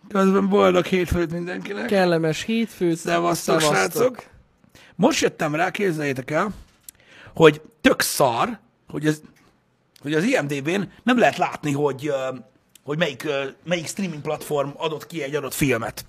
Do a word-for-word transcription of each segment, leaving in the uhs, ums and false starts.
Közben boldog hétfőt mindenkinek. Kellemes hétfőt. Szevasztok, srácok. Most jöttem rá, képzeljétek el, hogy tök szar, hogy az, hogy az I M D B-n nem lehet látni, hogy, hogy melyik, melyik streaming platform adott ki egy adott filmet.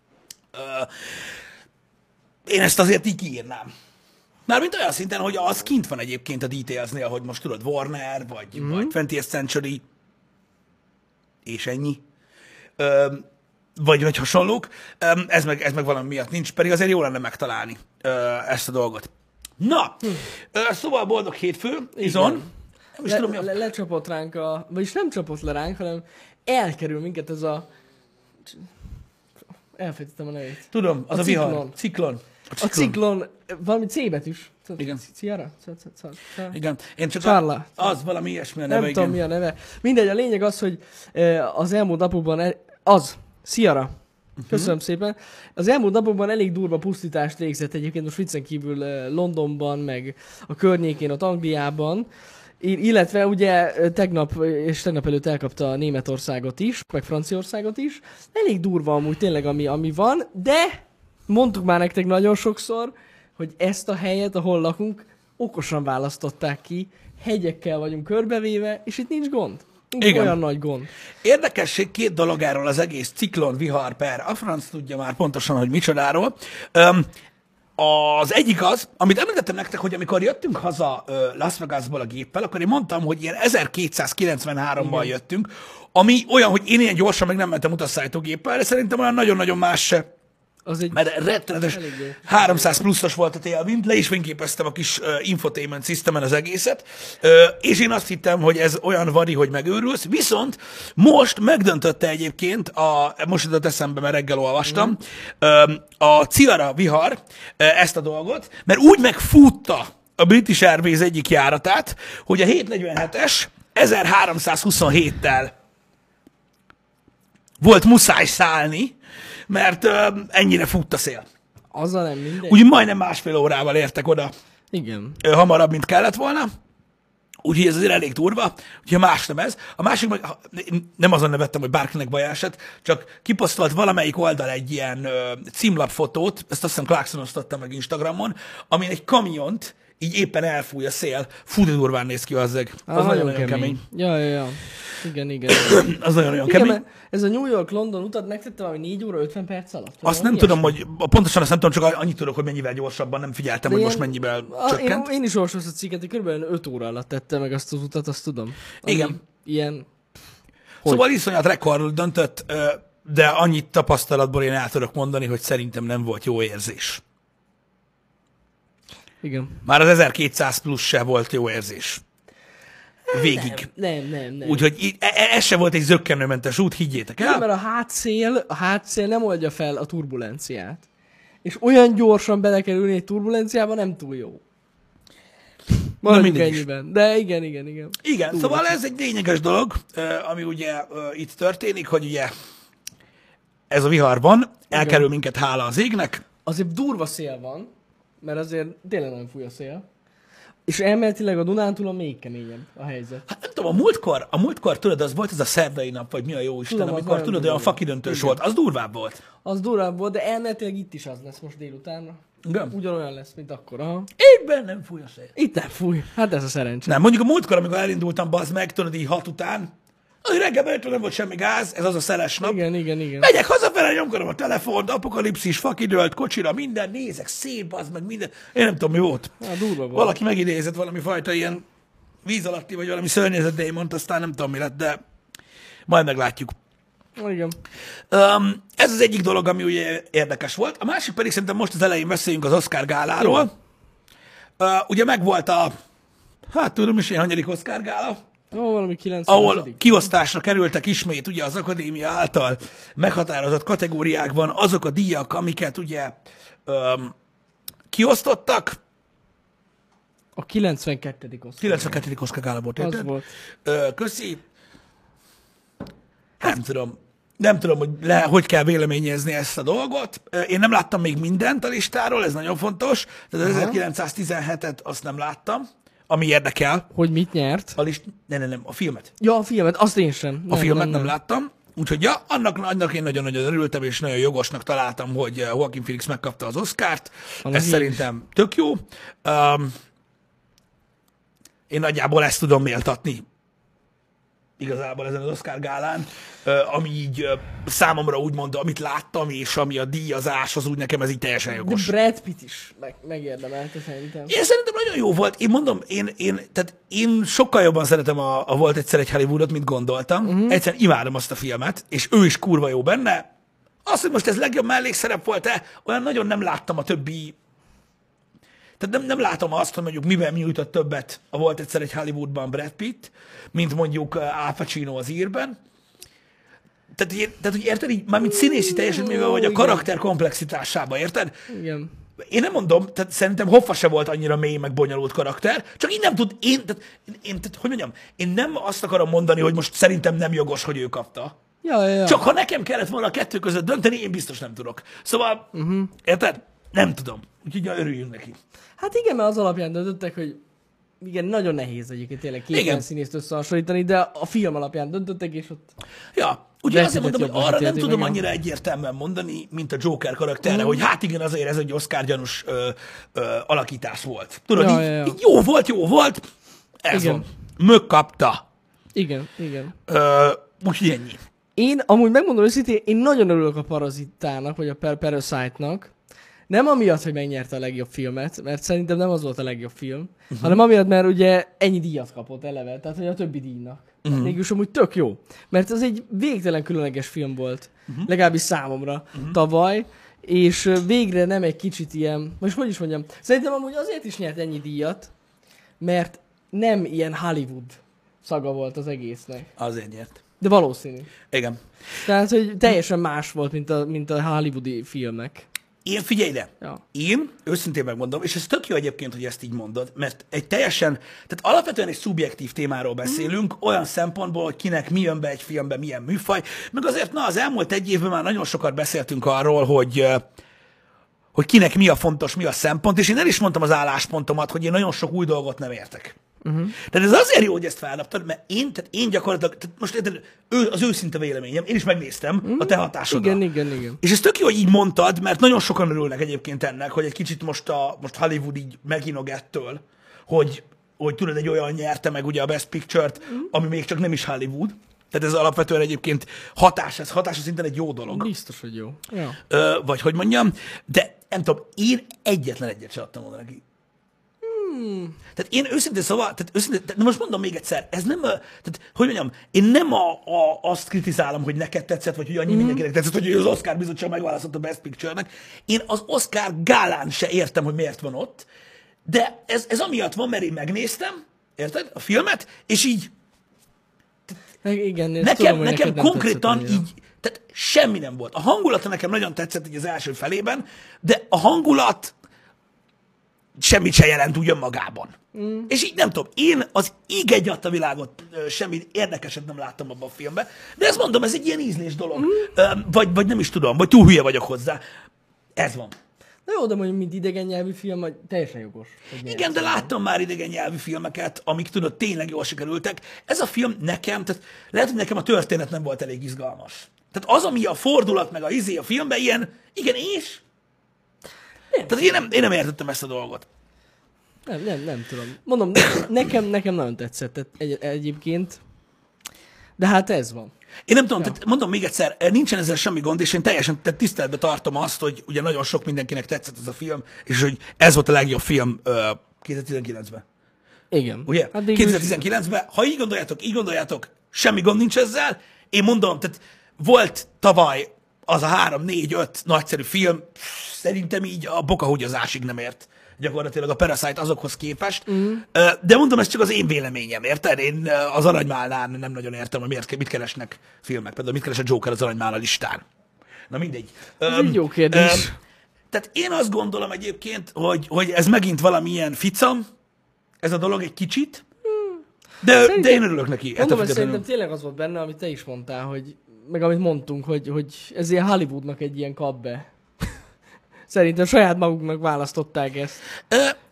Én ezt azért így kiírnám. Mármint olyan szinten, hogy az kint van egyébként a Detailsnél, hogy most tudod Warner, vagy, mm-hmm. vagy twentieth Century, és ennyi. Ö, vagy, vagy hasonlók. Ö, ez, meg, ez meg valami miatt nincs, pedig azért jó lenne megtalálni ö, ezt a dolgot. Na, hm. ö, szóval boldog hétfő, Izon. Nem is le, tudom, mi a... le, lecsapott ránk a... Vagyis nem csapott le ránk, hanem elkerül minket ez a... Elfejtettem a nevét. Tudom, az a, a vihar. Ciklon. A ciklon, valami C betűs. Igen. Ciara? Igen. Én csak Charla. A, az valami ilyesmi a neve, Nem igen. tudom, mi a neve. Mindegy, a lényeg az, hogy az elmúlt napokban, az, Ciara. Köszönöm uh-huh. szépen. Az elmúlt napokban elég durva pusztítást végzett egyébként, most viccen kívül Londonban, meg a környékén, ott Angliában. Illetve ugye tegnap és tegnap előtt elkapta Németországot is, meg Franciaországot is. Elég durva amúgy tényleg, ami, ami van, de mondtuk már nektek nagyon sokszor, hogy ezt a helyet, ahol lakunk, okosan választották ki, hegyekkel vagyunk körbevéve, és itt nincs gond. Nincs Igen. olyan nagy gond. Érdekesség két dolog erről az egész ciklon, vihar per, a franc tudja már pontosan, hogy micsodáról. Um, Az egyik az, amit említettem nektek, hogy amikor jöttünk haza uh, Las Vegasból a géppel, akkor én mondtam, hogy ilyen ezerkétszázkilencvenháromban Igen. jöttünk, ami olyan, hogy én ilyen gyorsan meg nem mentem utasszállítógéppel, de szerintem olyan nagyon-nagyon más se. Az egy mert rettenetes háromszáz pluszos volt a tailwind, le is fényképeztem a kis uh, infotainment systemen az egészet, uh, és én azt hittem, hogy ez olyan vari, hogy megőrülsz, viszont most megdöntötte egyébként, a, most jutott eszembe, mert reggel olvastam, mm. uh, a Ciara vihar uh, ezt a dolgot, mert úgy megfutta a British Airways egyik járatát, hogy a hétszáznegyvenhetes ezerháromszázhuszonhéttel volt muszáj szállni, mert uh, ennyire futt a szél. Azzal nem mindegy. Úgyhogy majdnem másfél órával értek oda. Igen. Uh, hamarabb, mint kellett volna. Úgyhogy ez azért elég durva. Úgyhogy más nem ez. A másik meg, nem azon nevettem, hogy bárkinek baj esett, csak kiposztolt valamelyik oldal egy ilyen uh, címlapfotót, ezt azt hiszem Clarkson osztotta meg Instagramon, amin egy kamiont így éppen elfúj a szél. Fú, de durván néz ki azzeg. Az ah, nagyon-nagyon kemény. kemény. Ja, ja, ja. Igen, igen. Az nagyon-nagyon igen, kemény. Ez a New York-London utat megtette valami négy óra ötven perc alatt? Azt nem tudom, hogy pontosan azt nem tudom, csak annyit tudok, hogy mennyivel gyorsabban, nem figyeltem, de hogy ilyen, most mennyivel a, csökkent. Én, én is olvastam ezt a cikket, hogy kb. öt óra alatt tette meg azt az utat, azt tudom. Igen. Ilyen... Szóval iszonyat rekordul döntött, de annyit tapasztalatból én el tudok mondani, hogy szerintem nem volt jó érzés. Igen. Már az ezerkétszáz plusz se volt jó érzés. Végig. Nem, nem, nem. nem. Úgyhogy ez se volt egy zökkenőmentes út, higgyétek el. Nem, mert a hátszél, a hátszél nem oldja fel a turbulenciát. És olyan gyorsan belekerülni egy turbulenciába nem túl jó. Maradjunk ennyiben. De igen, igen, igen. Igen, Túl szóval ez egy lényeges dolog, ami ugye itt történik, hogy ugye ez a viharban elkerül minket hála az égnek. Azért durva szél van, mert azért tényleg nagyon fúj a szél. És elméletileg a Dunántúlon még keményebb a helyzet. Hát nem tudom, a múltkor, a múltkor tudod, az volt ez a szerdai nap, vagy mi a jó Isten, tudom, amikor tudod, olyan fakidöntős volt. Az durvább volt. Az durvább volt, de elméletileg itt is az lesz most délutánra. Igen. Ugyanolyan lesz, mint akkor. Aha. Éppen nem fúj a szél. Itt nem fúj. Hát ez a szerencsé. Nem, mondjuk a múltkor, amikor elindultam, bazd meg, tudod, így hat után, az reggel belőle nem volt semmi gáz, ez az a szeles nap. Igen, igen, igen. Megyek hazafele, nyomkodom a telefont, apokalipszis, fakidőlt, kocsira, minden, nézek, szép, bazd meg, minden. Én nem tudom, mi volt. Hát, durva volt. Valaki megidézett valami fajta ilyen víz alatti, vagy valami szörnyezetdémont, aztán nem tudom, mi lett, de majd meglátjuk. Igen. Um, ez az egyik dolog, ami ugye érdekes volt. A másik pedig szerintem most az elején beszéljünk az Oscar gáláról. Uh, ugye megvolt a, hát tudom is, én hanyadik Oscar gála. Ó, valami kilencven. Ahol kiosztásra kerültek ismét ugye az akadémia által meghatározott kategóriákban azok a díjak, amiket ugye um, kiosztottak. A kilencvenkettedik Oscar. kilencvenkettedik Oscar gála volt, érted? Az volt. Uh, köszi. Nem tudom. Nem tudom, hogy le, hogy kell véleményezni ezt a dolgot. Én nem láttam még mindent a listáról, ez nagyon fontos. Tehát az ezerkilencszáztizenhetet azt nem láttam, ami érdekel. Hogy mit nyert? A list... Nem, nem, nem, a filmet. Ja, a filmet, azt én sem. Nem, a nem, filmet nem, nem, nem láttam. Úgyhogy ja, annak, annak én nagyon-nagyon örültem, és nagyon jogosnak találtam, hogy Joaquin Phoenix megkapta az Oscárt. Annak Ez én szerintem tök jó. Um, én nagyjából ezt tudom méltatni igazából ezen az Oscar gálán, uh, ami így uh, számomra úgymond, amit láttam, és ami a díjazás, az úgy nekem ez így teljesen jogos. De Brad Pitt is meg, megérdemelte szerintem. Én szerintem nagyon jó volt. Én mondom, én, én, tehát én sokkal jobban szeretem a, a Volt egyszer egy Hollywoodot, mint gondoltam. Uh-huh. Egyszerűen imádom azt a filmet, és ő is kurva jó benne. Azt, hogy most ez legjobb mellékszerep volt-e, olyan nagyon nem láttam a többi. Tehát nem, nem látom azt, hogy mondjuk miben nyújtott többet a Volt egyszer egy Hollywoodban Brad Pitt, mint mondjuk Al Pacino az Írben. Tehát, tehát hogy érted, így, mármint színészi teljesítményben, vagy a karakter komplexitásában, érted? Igen. Én nem mondom, tehát szerintem Hoffa se volt annyira mély, meg bonyolult karakter, csak így nem tud, én, tehát, én, tehát hogy mondjam, én nem azt akarom mondani, hogy most szerintem nem jogos, hogy ő kapta. Ja, ja, ja. Csak ha nekem kellett volna a kettő között dönteni, én biztos nem tudok. Szóval, uh-huh. érted? Nem tudom. Úgyhogy ja, örüljünk neki. Hát igen, mert az alapján döntöttek, hogy igen, nagyon nehéz egyébként tényleg két ilyen színészt összehasonlítani, de a film alapján döntöttek, és ott... Ja, ugye azért mondom, hogy arra nem tudom meg annyira egyértelműen mondani, mint a Joker karakterre, mm. hogy hát igen, azért ez egy Oscar gyanús ö, ö, alakítás volt. Tudod, ja, így, ja, ja. így jó volt, jó volt, ez igen. van. Megkapta. Igen, igen. Ö, úgyhogy ennyi. Én amúgy megmondom őszintén, én nagyon örülök a Parazittának, vagy a per- Parasite-nak. Nem amiatt, hogy megnyerte a legjobb filmet, mert szerintem nem az volt a legjobb film, uh-huh. hanem amiatt, mert ugye ennyi díjat kapott eleve, tehát hogy a többi díjnak. Uh-huh. Mégis amúgy tök jó, mert ez egy végtelen különleges film volt, uh-huh. legalábbis számomra uh-huh. tavaly, és végre nem egy kicsit ilyen, most hogy is mondjam, szerintem amúgy azért is nyert ennyi díjat, mert nem ilyen Hollywood szaga volt az egésznek. Azért nyert. De valószínű. Igen. Tehát, hogy teljesen más volt, mint a, mint a hollywoodi filmek. Én figyelj ide, Ja. én őszintén megmondom, és ez tök jó egyébként, hogy ezt így mondod, mert egy teljesen, tehát alapvetően egy szubjektív témáról beszélünk, mm. olyan szempontból, hogy kinek mi jön be egy filmbe, milyen műfaj, meg azért, na, az elmúlt egy évben már nagyon sokat beszéltünk arról, hogy, hogy kinek mi a fontos, mi a szempont, és én el is mondtam az álláspontomat, hogy én nagyon sok új dolgot nem értek. Uh-huh. Tehát ez azért jó, hogy ezt feldobtad, mert én, tehát én gyakorlatilag, tehát most érted, ő, az őszinte véleményem, én is megnéztem uh-huh. a te hatásodra. Igen, igen, igen. És ez tök jó, hogy így mondtad, mert nagyon sokan örülnek egyébként ennek, hogy egy kicsit most, a, most Hollywood így meginog ettől, hogy, hogy tudod, egy olyan nyerte meg ugye a Best Picture-t, uh-huh. ami még csak nem is Hollywood. Tehát ez alapvetően egyébként hatás, ez hatás szinten egy jó dolog. Biztos, hogy jó. Ja. Ö, vagy hogy mondjam, de nem tudom, én egyetlen egyet sem adtam volna neki. Hmm. Tehát én őszintén szóval, tehát őszintén, tehát most mondom még egyszer, ez nem, a, tehát hogy mondjam, én nem a, a, azt kritizálom, hogy neked tetszett, vagy hogy annyi mm. mindenkinek tetszett, hogy az Oscar bizottság megválasztott a Best Picture-nek. Én az Oscar gálán se értem, hogy miért van ott, de ez, ez amiatt van, mert én megnéztem, érted, a filmet, és így igen, nekem, tudom, nekem konkrétan tetszett, így, tehát semmi nem volt. A hangulata nekem nagyon tetszett így az első felében, de a hangulat semmit se jelent úgy önmagában. Mm. És így nem tudom, én az ég egy adta világot semmi érdekeset nem láttam abban a filmben, de ezt mondom, ez egy ilyen ízlés dolog. Mm. Vagy, vagy nem is tudom, vagy túl hülye vagyok hozzá. Ez van. Na jó, de mondjuk, mint idegen nyelvű film, vagy teljesen jogos. Igen, de láttam már idegen nyelvű filmeket, amik tudod, tényleg jól sikerültek. Ez a film nekem, tehát lehet, hogy nekem a történet nem volt elég izgalmas. Tehát az, ami a fordulat, meg a izé a filmben, ilyen, igen, és? Nem. Tehát én nem, én nem értettem ezt a dolgot. Nem, nem, nem tudom. Mondom, ne, nekem, nekem nagyon tetszett egy, egyébként, de hát ez van. Én nem tudom, ja. tehát mondom még egyszer, nincsen ezzel semmi gond, és én teljesen tehát tiszteletbe tartom azt, hogy ugye nagyon sok mindenkinek tetszett ez a film, és hogy ez volt a legjobb film uh, kétezer-tizenkilencben. Igen. Ugye? Hát kétezer-tizenkilencben, ha így gondoljátok, így gondoljátok, semmi gond nincs ezzel. Én mondom, tehát volt tavaly az a három, négy, öt nagyszerű film, szerintem így a bokahugyazásig nem ért gyakorlatilag a Parasite azokhoz képest. Mm. De mondom, ez csak az én véleményem, érted? Én az Aranymálnál nem nagyon értem, hogy miért, mit keresnek filmek. Például mit keres a Joker az Aranymál listán. Na mindegy. Ez um, egy jó kérdés. Um, tehát én azt gondolom egyébként, hogy, hogy ez megint valamilyen ficam, ez a dolog egy kicsit, de, de én örülök neki. Mondom, hogy szerintem tényleg az volt benne, amit te is mondtál, hogy, meg amit mondtunk, hogy, hogy ez ilyen Hollywoodnak egy ilyen kap be. Szerintem saját maguknak választották ezt. Ö,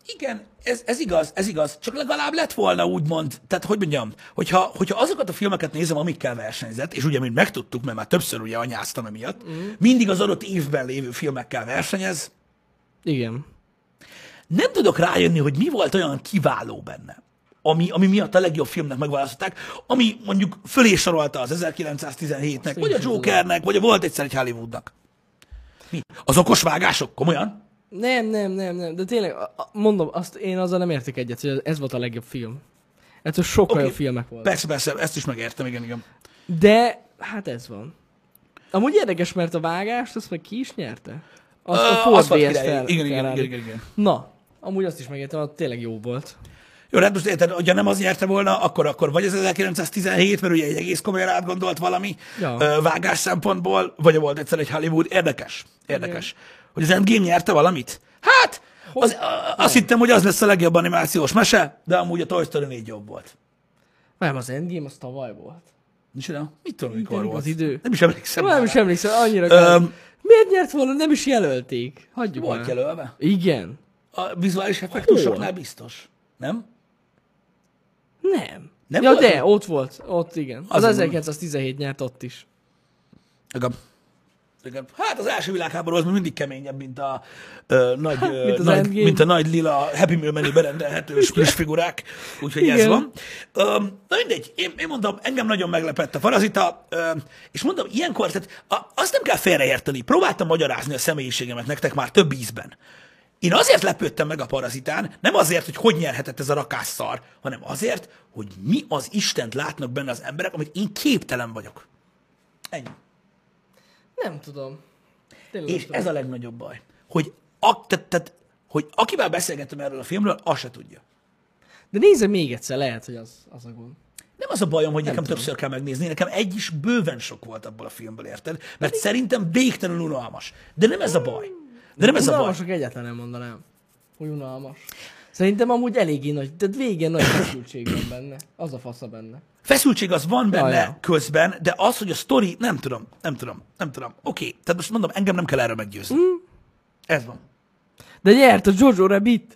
Igen, ez, ez igaz, ez igaz. Csak legalább lett volna úgymond, tehát hogy mondjam, hogyha, hogyha azokat a filmeket nézem, amikkel versenyzett, és ugye mind megtudtuk, mert már többször ugye anyáztam emiatt, mm. mindig az adott évben lévő filmekkel versenyez, Igen. nem tudok rájönni, hogy mi volt olyan kiváló benne, ami, ami miatt a legjobb filmnek megválasztották, ami mondjuk fölé sorolta az ezerkilencszáztizenhétnek, vagy a Jokernek, vagy a Volt egyszer egy Hollywoodnak. Mi? Az okos vágások? Komolyan? Nem, nem, nem, nem, de tényleg, a- a- mondom, azt én azzal nem értek egyet, hogy ez volt a legjobb film. Ettől sokkal Oké. jobb filmek voltak. Persze, persze, ezt is megértem, igen, igen. De, hát ez van. Amúgy érdekes, mert a vágást, azt meg ki is nyerte? Azt Ö, a Ford Aszfalt vé es király. fel, Igen, igen, Ferrari. igen, igen, igen. Na, amúgy azt is megértem, hogy tényleg jó volt. Jó, hát most érted, hogyha nem az nyerte volna, akkor, akkor vagy az ezerkilencszáztizenhét, mert ugye egy egész komolyan átgondolt valami Ja. ö, vágás szempontból, vagy volt egyszer egy Hollywood. Érdekes, érdekes. Igen. Hogy az Endgame nyerte valamit? Hát, az, a, azt hittem, hogy az lesz a legjobb animációs mese, de amúgy a Toy Story négy jobb volt. Nem, az Endgame az tavaly volt. Micsoda? Mit tudom, mikor Telik volt? az idő. Nem is emlékszem. Nem már is rá. emlékszem, annyira Öm, gáz. Miért nyert volna? Nem is jelölték. Hagyjuk Volt már. jelölve? Igen. A vizuális effektusoknál biztos. Nem? Nem. Nem ja, volt? de, ott volt. Ott igen. Az Azon- ezerkilencszáztizenhét nyert ott is. Igen. Igen. Hát az első világháború az még mindig keményebb, mint a, ö, nagy, ö, mint az nagy, Endgame. mint a nagy lila Happy Meal menü berendelhető splish figurák. Úgyhogy ez Igen. van. Ö, na mindegy, én, én mondom, engem nagyon meglepett a Parazita, ö, és mondom, ilyenkor, tehát a, azt nem kell félreérteni. Próbáltam magyarázni a személyiségemet nektek már több ízben. Én azért lepődtem meg a Parazitán, nem azért, hogy hogy nyerhetett ez a rakásszar, hanem azért, hogy mi az Istent látnak benne az emberek, amit én képtelen vagyok. Ennyi. Nem tudom. Tényleg És nem tudom. ez a legnagyobb baj, hogy, a, tehát, tehát, hogy akivel beszélgettem erről a filmről, azt se tudja. De nézze még egyszer, lehet, hogy az, az a gond. Nem az a bajom, hogy nekem tudom. többször kell megnézni, nekem egy is bőven sok volt abból a filmből, érted? Mert szerintem végtelenül unalmas. De nem ez a baj. De nem ez a baj. Unalmasok egyáltalán nem mondanám, hogy unalmas. Szerintem amúgy eléggé nagy, tehát végén nagy feszültség van benne. Az a fasza benne. Feszültség az van benne Ja, ja. közben, de az, hogy a sztori, nem tudom, nem tudom, nem tudom. Oké, okay. Tehát most mondom, engem nem kell erről meggyőzni. Mm. Ez van. De nyert a Jojo Rabbit.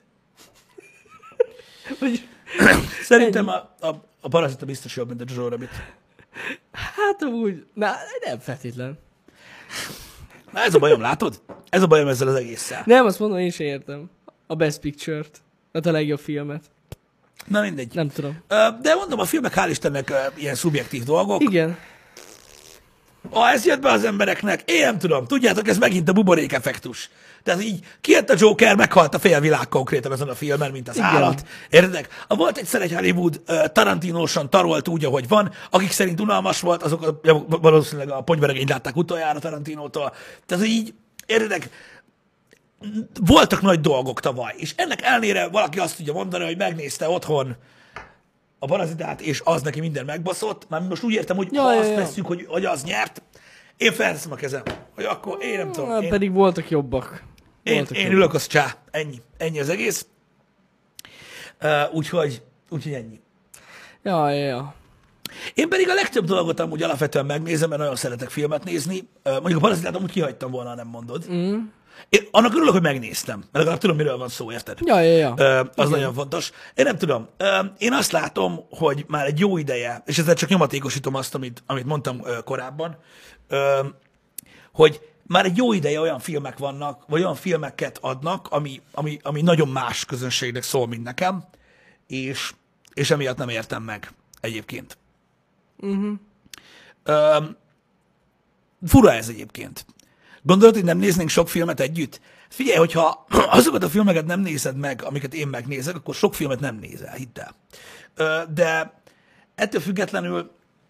Vagy, Szerintem a, a, a Parazita biztos jobb, mint a Jojo Rabbit. hát amúgy, na, nem feltétlen. Na ez a bajom, látod? Ez a bajom ezzel az egésszel. Nem, azt mondom, én sem értem. A Best Picture-t. Hát a legjobb filmet. Na mindegy. Nem tudom. Ö, De mondom, a filmek hál' Istennek ö, ilyen szubjektív dolgok. Igen. Ha ez jött be az embereknek, én nem tudom. Tudjátok, ez megint a buborék effektus. Tehát így kijött a Joker, meghalt a fél világ konkrétan ezen a filmen, mint az Igen. állat. Értedek? A volt egyszer egy Hollywood ö, Tarantinósan tarolt úgy, ahogy van. Akik szerint unalmas volt, azok a, ja, valószínűleg a Ponyveregényt látták utoljára Tarantinótól. Tehát így, értedek? Voltak nagy dolgok tavaly, és ennek ellenére valaki azt tudja mondani, hogy megnézte otthon a Parazitát, és az neki minden megbaszott. Már most úgy értem, hogy Ja, ha ja, azt ja. vesszük, hogy, hogy az nyert, én felteszem a kezem, hogy akkor én nem tudom. Hát Én, pedig voltak jobbak. én, Voltak én jobbak. ülök az csá. Ennyi. Ennyi az egész. Uh, úgyhogy, úgyhogy ennyi. Ja, ja, ja. Én pedig a legtöbb dolgot amúgy alapvetően megnézem, mert nagyon szeretek filmet nézni. Uh, mondjuk a Parazitát amúgy kihagytam volna, ha nem mondod. Mm. Én annak örülök, hogy megnéztem, mert legalább tudom, miről van szó, érted? Ja, ja, ja. Ö, az nagyon fontos. Én nem tudom. Ö, én azt látom, hogy már egy jó ideje, és ezzel csak nyomatékosítom azt, amit, amit mondtam ö, korábban, ö, hogy már egy jó ideje olyan filmek vannak, vagy olyan filmeket adnak, ami, ami, ami nagyon más közönségnek szól, mint nekem, és, és emiatt nem értem meg egyébként. Uh-huh. Ö, fura ez egyébként. Gondolod, hogy nem néznénk sok filmet együtt? Figyelj, hogyha azokat a filmeket nem nézed meg, amiket én megnézek, akkor sok filmet nem nézel, hidd el. Ö, De ettől függetlenül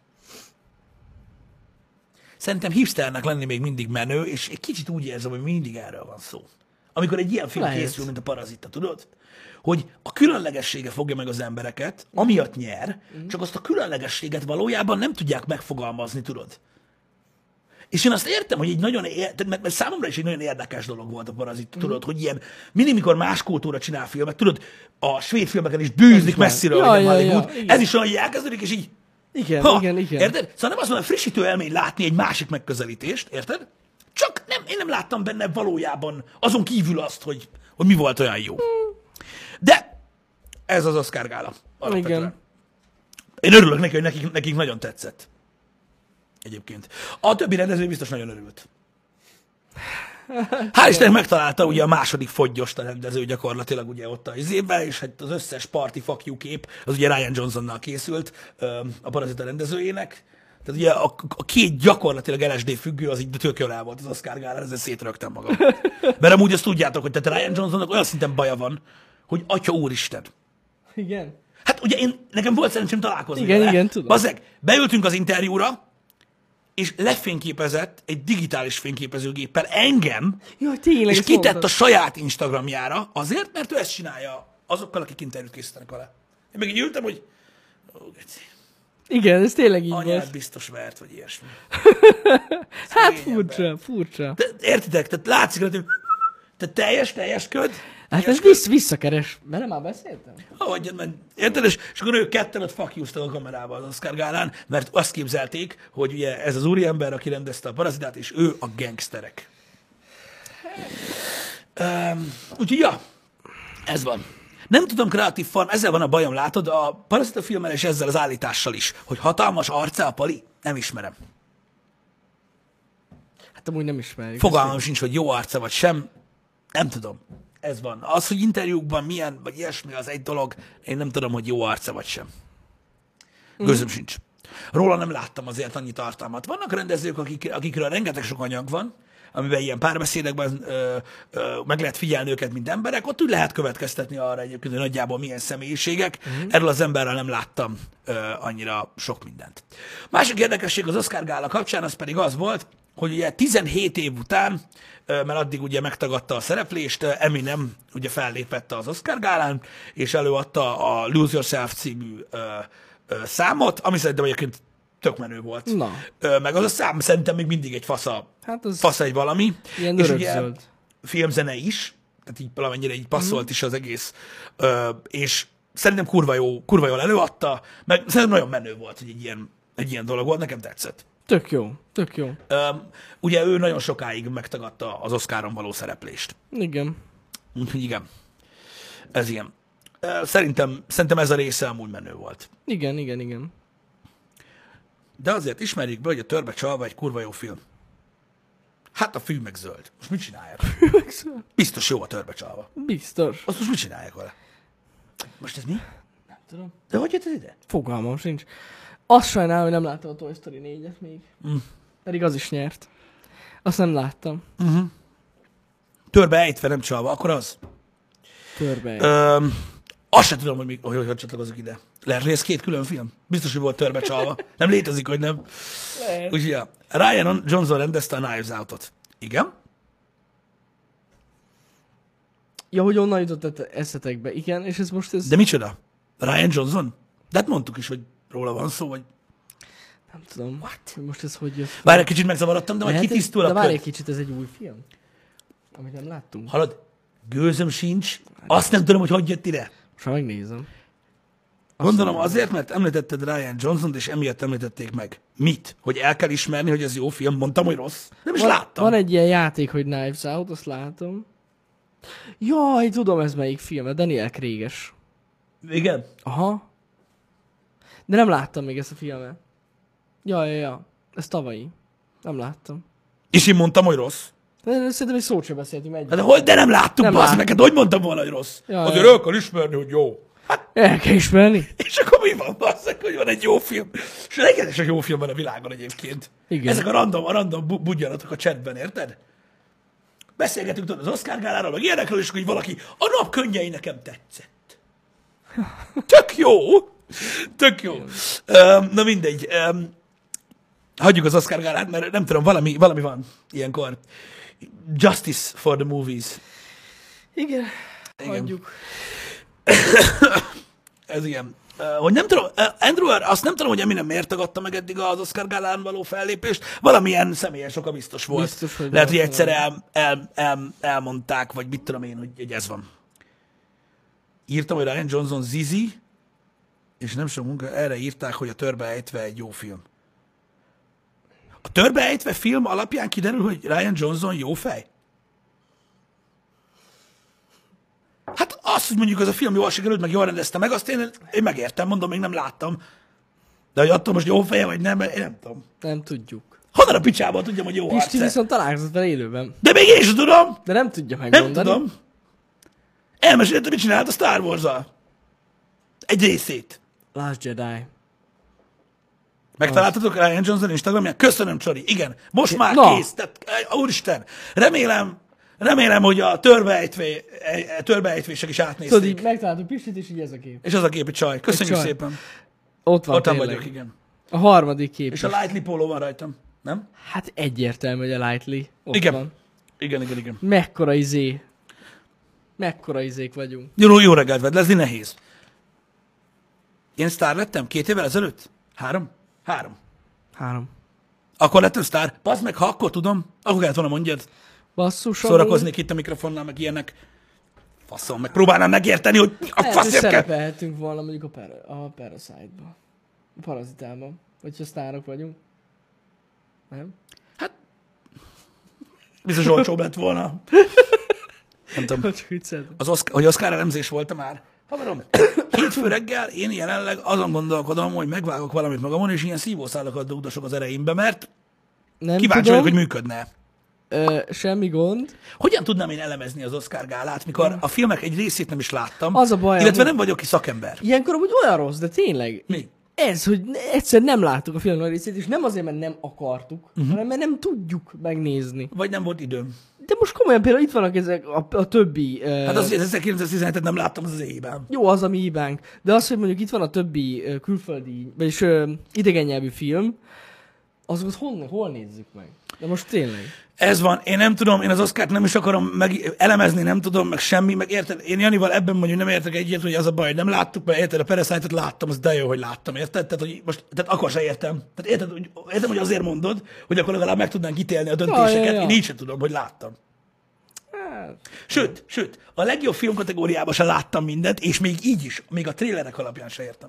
szerintem hipsternek lenni még mindig menő, és egy kicsit úgy érzem, hogy mindig erről van szó. Amikor egy ilyen film Lehet. készül, mint a Parazita, tudod? Hogy a különlegessége fogja meg az embereket, amiatt nyer, csak azt a különlegességet valójában nem tudják megfogalmazni, tudod? És én azt értem, hogy egy nagyon, ér... mert, mert számomra is egy nagyon érdekes dolog volt a Parazita, tudod, hogy ilyen, mindig mikor más kultúra csinál filmet, tudod, a svéd filmeken is bűzlik messziről, Ja, hogy nem ja, Hollywood. ja, igen. Ez is olyan, hogy elkezdődik, és így, Igen, ha, igen, igen. érted? Szóval nem az van, frissítő élmény látni egy másik megközelítést, érted? Csak nem, én nem láttam benne valójában azon kívül azt, hogy, hogy mi volt olyan jó. De ez az Oscar gála. Alapvetően. Igen. Én örülök neki, hogy nekik, nekik nagyon tetszett. Egyébként. A többi rendező biztos nagyon örült. Hál' Istennek megtalálta ugye a második foggyost a rendező gyakorlatilag ugye ott az évben, és hát az összes party fuck you kép, az ugye Ryan Johnsonnal készült, a Parazita rendezőjének. Tehát ugye a, a két gyakorlatilag el es dé függő, az így tök jól el volt az Oscar gálán, ezzel szétrögtem magam. Mert amúgy azt tudjátok, hogy tehát Ryan Johnsonnak olyan szinten baja van, hogy atya úristen. Igen. Hát ugye én, nekem volt szerencsém találkozni Igen, vele. igen, tudom. Bazzeg, beültünk az interjúra, és lefényképezett egy digitális fényképezőgéppel engem, Jaj, tényleg, és ezt kitett mondtad. a saját Instagramjára, azért, mert ő ezt csinálja azokkal, akik interjút készítenek vele. Én meg így ültem, hogy ó, geci, Igen, ez tényleg így anyád volt. biztos vert, vagy ilyesmi. Hát Szegény ember. furcsa, furcsa. De, értitek? Tehát látszik, hogy te teljes, teljes köd, Hát ez vissz, visszakeres. Vele már beszéltem? ahogy, mert érted? És, és akkor ők ketten ott fuck a kamerába az Oscar gálán, mert azt képzelték, hogy ugye ez az úriember, aki rendezte a Parazitát, és ő a gangsterek. Um, úgyhogy ja, ez van. Nem tudom, Kreatív Farm, ezzel van a bajom, látod, a Parazita filmmel és ezzel az állítással is, hogy hatalmas arca a Pali, nem ismerem. Hát amúgy nem ismerjük. Fogalmam sincs, hogy jó arca vagy sem, nem tudom. Ez van. Az, hogy interjúkban milyen, vagy ilyesmi, az egy dolog, én nem tudom, hogy jó arca vagy sem. Gőzöm mm. sincs. Róla nem láttam azért annyi tartalmat. Vannak rendezők, akik, akikről rengeteg sok anyag van, amiben ilyen párbeszédekben ö, ö, meg lehet figyelni őket, mint emberek, ott úgy lehet következtetni arra egyébként, hogy nagyjából milyen személyiségek. Mm. Erről az emberrel nem láttam ö, annyira sok mindent. Másik érdekesség az Oscar gála kapcsán, az pedig az volt, hogy ugye tizenhét év után, mert addig ugye megtagadta a szereplést, Eminem ugye fellépett az Oscar gálán, és előadta a Lose Yourself című ö, ö, számot, ami szerintem egyébként tök menő volt. Na. Ö, meg az a szám szerintem még mindig egy fasza, Hát az fasza egy valami. ilyen és ugye örökzöld. filmzene is, tehát így valamennyire így passzolt mm. is az egész, ö, és szerintem kurva, jó, kurva jól előadta, meg szerintem nagyon menő volt, hogy egy ilyen, egy ilyen dolog volt, nekem tetszett. Tök jó, tök jó. Um, ugye ő nagyon sokáig megtagadta az Oscaron való szereplést. Igen. Úgyhogy igen. Ez ilyen. Uh, Szerintem, szerintem ez a része amúgy menő volt. Igen, igen, igen. De azért ismerjük be, hogy a Törbe csalva egy kurva jó film. Hát a fű meg zöld. Most mit csinálják? Biztos jó a Törbe csalva. Biztos. Azt most mit csinálják vele? Most ez mi? Nem tudom. De hogy jött ez ide? Fogalmam sincs. Azt sajnálom, hogy nem láttam a Toy Story négyet még. Mm. Pedig az is nyert. Azt nem láttam. Uh-huh. Törbe ejtve, nem csalva. Akkor az. Törbe. Um, azt sem tudom, hogy, mi, hogy, hogy, hogy csatlakozok ide. Lehet, hogy ez két külön film? Biztos, hogy volt Törbe csalva. Nem létezik, hogy nem. Lehet. Úgyhogy ja. Ryan Johnson rendezte a Knives Out-ot. Igen? Ja, hogy onnan jutott eszetekbe. Igen, és ez most ez... De micsoda? Ryan Johnson? De hát mondtuk is, hogy róla van szó, vagy... Nem tudom. What? Hogy most ez hogy jött fel. Várj, egy kicsit megzavarodtam, de majd Lehet, kitisztul de a várj egy köd. kicsit, ez egy új film? Amit nem láttunk. Hallod? Gőzöm sincs. Azt nem tudom, hogy hogy jött ide. Most már megnézem. Gondolom azért, mert említetted Ryan Johnson-t, és emiatt említették meg. Mit? Hogy el kell ismerni, hogy ez jó film? Mondtam, hogy rossz. Nem is Van, láttam. van egy ilyen játék, hogy Knives Out, azt látom. Jaj, tudom ez melyik film, a Daniel Craig-es. Igen? Aha. De nem láttam még ezt a filmet. Ja, ja, ja. Ez tavalyi. Nem láttam. És én mondtam, hogy rossz. De szerintem egy szót sem beszéltünk egy. Hát de, hogy, de nem láttuk, Nem bassz láttuk. meg, hát hogy mondtam volna, hogy rossz? Ja, Azért ja. el kell ismerni, hogy jó. Hát, El kell ismerni. és akkor mi van, bassz meg, hogy van egy jó film? És rengeteg jó film van a világon egyébként. Igen. Ezek a random, a random bu- budjanatok a chatben, érted? Beszélgetünk tudod az Oscar gáláról, meg ilyenekről, és hogy valaki, a nap könnyei nekem tetszett. Tök jó. Tök jó. Um, na mindegy. Um, hagyjuk az Oscar gálát, mert nem tudom, valami, valami van ilyenkor. Justice for the movies. Igen. Igen. Hagyjuk. Ez ilyen. Uh, hogy nem tudom, uh, Andrew, azt nem tudom, hogy Eminem miért tagadta meg eddig az Oscar gálán való fellépést. Valamilyen személyes oka biztos volt. Biztos, hogy Lehet, hogy volt egyszer valami. el, el, el, elmondták, vagy mit tudom én, hogy, hogy ez van. Írtam, hogy Ryan Johnson zizi, és nem sok munka, erre írták, hogy a Törbe ejtve egy jó film. A Törbe ejtve film alapján kiderül, hogy Ryan Johnson jó fej? Hát az azt, hogy mondjuk az a film jól sikerült, meg jól rendezte meg, azt én, én megértem, mondom, még nem láttam. De hogy attól most jó feje vagy nem, én nem tudom. Nem tudjuk. Honnan a picsában tudjam, hogy jó Pisti arc. viszont találkozott vele élőben. De még én sem tudom. De nem tudja Nem megmondani. tudom. Elmesélte, mit csinált a Star Wars-al. Egy részét. Last Jedi. Megtaláltatok Ryan Johnson Instagramján? Köszönöm, Csori. Igen, most már Na. kész. Tehát, úristen, remélem, remélem, hogy a törbeejtvé, törbeejtvések is Tudod, átnézték. így megtaláltuk Pistit, és így ez a kép. És az a kép, egy csaj. Köszönjük Egy csaj. szépen. Ott van Ottan tényleg. vagyok, igen. A harmadik kép. És a Lightly póló van rajtam. Nem? Hát egyértelmű, hogy a Lightly. Ott Igen. van. Igen, igen, igen. Mekkora izé. Mekkora izék vagyunk. Jó, jó reggelt, Vedleszi, nehéz. Én sztár lettem két évvel ezelőtt? Három? Három. Három. Akkor lettem sztár. Pazd meg, ha akkor tudom, akkor kellett volna mondjad. Basszus. Szórakoznék itt a mikrofonnál, meg ilyenek. Faszom, meg próbálnám megérteni, hogy a Lehet, hogy faszért kell. szerepelhetünk volna mondjuk a, per- a Parasite-ba. A Parazitában. Hogyha sztárok vagyunk. Nem? Biztos olcsóbb lett volna. Nem tudom. Csak vicceltem. Az Oscar, hogy Oscar elemzés volt már. Haverom, hétfő reggel én jelenleg azon gondolkodom, hogy megvágok valamit magamon, és ilyen szívószálakat dugdosok az ereimbe, mert Nem kíváncsi tudom. vagyok, hogy működne. Ö, semmi gond. Hogyan tudnám én elemezni az Oscar gálát, mikor a filmek egy részét nem is láttam, Az a baj, illetve hogy- nem vagyok ki szakember. Ilyenkor amúgy olyan rossz, de tényleg. Mi? Ez, hogy egyszer nem láttuk a film nagy részét, és nem azért, mert nem akartuk, uh-huh. hanem mert nem tudjuk megnézni. Vagy nem volt időm. De most komolyan például itt vannak ezek a, a többi... Hát uh, az, hogy ezerkilencszáztizenhetet nem láttam, az az éjben. Jó, az a mi hibánk. De az, hogy mondjuk itt van a többi uh, külföldi, vagyis uh, idegen nyelvű film, azokat hol, hol nézzük meg? De most tényleg. Ez van, én nem tudom, én az Oscárt nem is akarom meg elemezni, nem tudom, meg semmi, meg érted, én Janival ebben mondjuk nem értek egyet, hogy az a baj, hogy nem láttuk, mert érted, a Parasite-et láttam, az de jó, hogy láttam, érted? Tehát, hogy most, tehát akkor se értem. Tehát érted, hogy, értem, hogy azért mondod, hogy akkor legalább meg tudnánk ítélni a döntéseket, ja, ja. én így sem tudom, hogy láttam. Hát, Sőt, sőt, a legjobb film kategóriában se láttam mindent, és még így is, még a trélerek alapján se értem.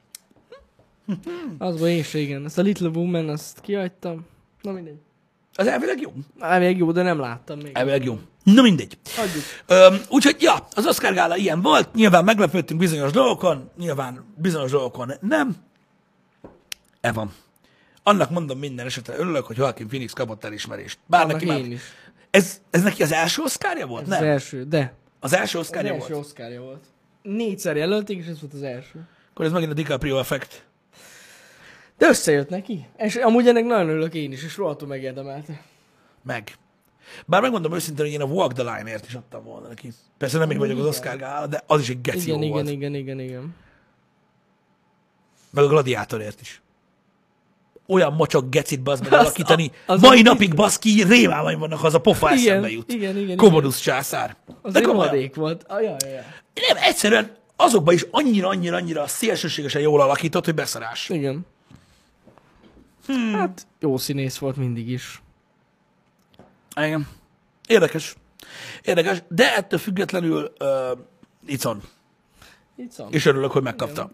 az volt én se, igen. Ezt a Little Woman, azt kihagytam. Na mindegy. Az elvileg jó. Elvileg jó, de nem láttam még. Elvileg jó. Na mindegy. Hagyjuk. Öm, úgyhogy, ja, az Oscar gála ilyen volt, nyilván meglepődtünk bizonyos dolgokon, nyilván bizonyos dolgokon nem. E van. Annak mondom minden esetre örülök, hogy Joaquin Phoenix kapott elismerést. Bár Annak neki már... én is. Ez, ez neki az első Oscarja volt? Ez Nem. az első, de. Az első Az Oscarja első volt. Oscarja volt. Négyszer jelölték, és ez volt az első. Akkor ez megint a DiCaprio effekt. De összejött neki. És amúgy ennek nagyon örülök én is, és rohadtul megérdemelte. Meg. Bár megmondom őszintén, hogy én a Walk the Line-ért is adtam volna neki. Persze nem én vagyok az Igen. Oscar gála, de az is egy geci Igen, jó igen, volt. igen, igen, igen. Meg a Gladiátorért is. Olyan mocsok gecit bazd meg alakítani. a- az Mai a- napig baszki, rémálmaim vannak, ha az a pofa Igen, eszembe jut. igen, igen, igen. Commodus császár. Az De egy komolyan. rohadék volt. Ah, ja, ja, ja. Nem, egyszerűen azokban is annyira, annyira, annyira szélsőségesen jól alakított, hogy beszarás. Igen. Hmm. Hát jó színész volt mindig is. Igen. Érdekes. Érdekes, de ettől függetlenül uh, icon. Itt van. És örülök, hogy megkapta.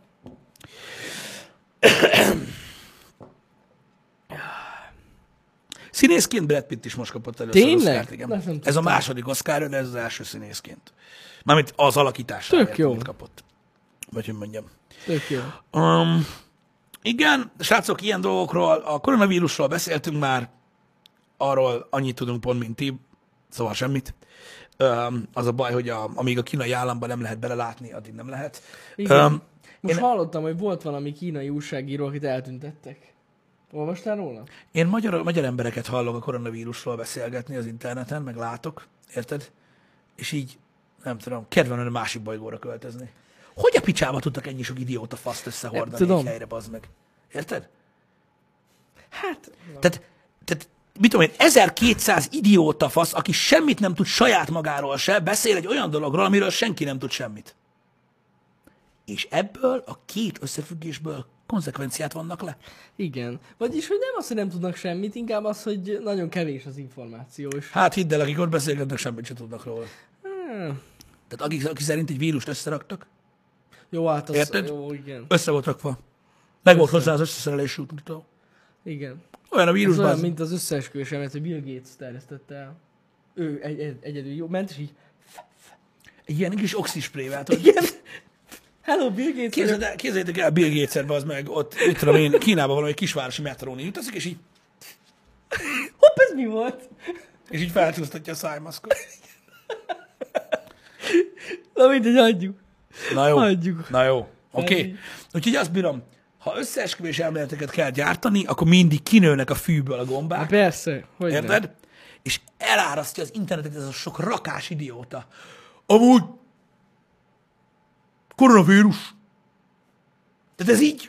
Színészként Brad Pitt is most kapott először Tényleg? Oscart, igen. Ezt nem Ez a tudtam. második Oscar, de ez az első színészként. Mármint az alakításáért, Tök jó. amit kapott. Vagy hogy mondjam. Tök jó. Um, igen, srácok, ilyen dolgokról, a koronavírusról beszéltünk már, arról annyit tudunk pont, mint ti, szóval semmit. Um, az a baj, hogy a, amíg a kínai államban nem lehet belelátni, addig nem lehet. Igen. Um, Most én- hallottam, hogy volt valami kínai újságíró, akit eltüntettek. Olvastál róla? Én magyar, magyar embereket hallok a koronavírusról beszélgetni az interneten, meg látok, érted? És így, nem tudom, kedven a másik bolygóra költözni. Hogy a picsába tudtak ennyi sok idióta faszt összehordani tudom. egy helyre, bazd meg? Érted? Hát, Tehát, tehát mit tudom én, ezerkétszáz idióta fasz, aki semmit nem tud saját magáról se, beszél egy olyan dologról, amiről senki nem tud semmit. És ebből a két összefüggésből konzekvenciát vannak le. igen. Vagyis, hogy nem az, hogy nem tudnak semmit, inkább az, hogy nagyon kevés az információ. És... Hát hidd el, akik ott beszélgetnek, semmit sem tudnak róla. Hmm. Tehát akik, akik szerint egy vírust összeraktak, Jó, hát az... Érted? Jó, igen. össze volt rakva. Meg volt Össze. hozzá az összeszerelési útmutató. Igen. Olyan a Ez vírusban. olyan, mint az összeesküvés, amit a Bill Gates terjesztette el. Ő egy, egy, egyedül jó, ment, és így... Egy ilyen kis oxisprével. Tudod? Igen. Hello, Bill Gates. Képzeld el- Képzeljétek el Bill Gates-et, az meg ott, mit tudom én, Kínában valami kisvárosi metrón így utazik, és így, Hopp, ez mi volt? és így felcsúsztatja a szájmaszkot. Na mindegy, hagyjuk. Na jó, Hagyjuk. na jó, oké. Okay. Ennyi. Úgyhogy azt bírom, ha összeesküvés elméleteket kell gyártani, akkor mindig kinőnek a fűből a Hát gombák, persze, hogy nem. érted? És elárasztja az internetet ez a sok rakás idióta. Amúgy koronavírus. Tehát ez így.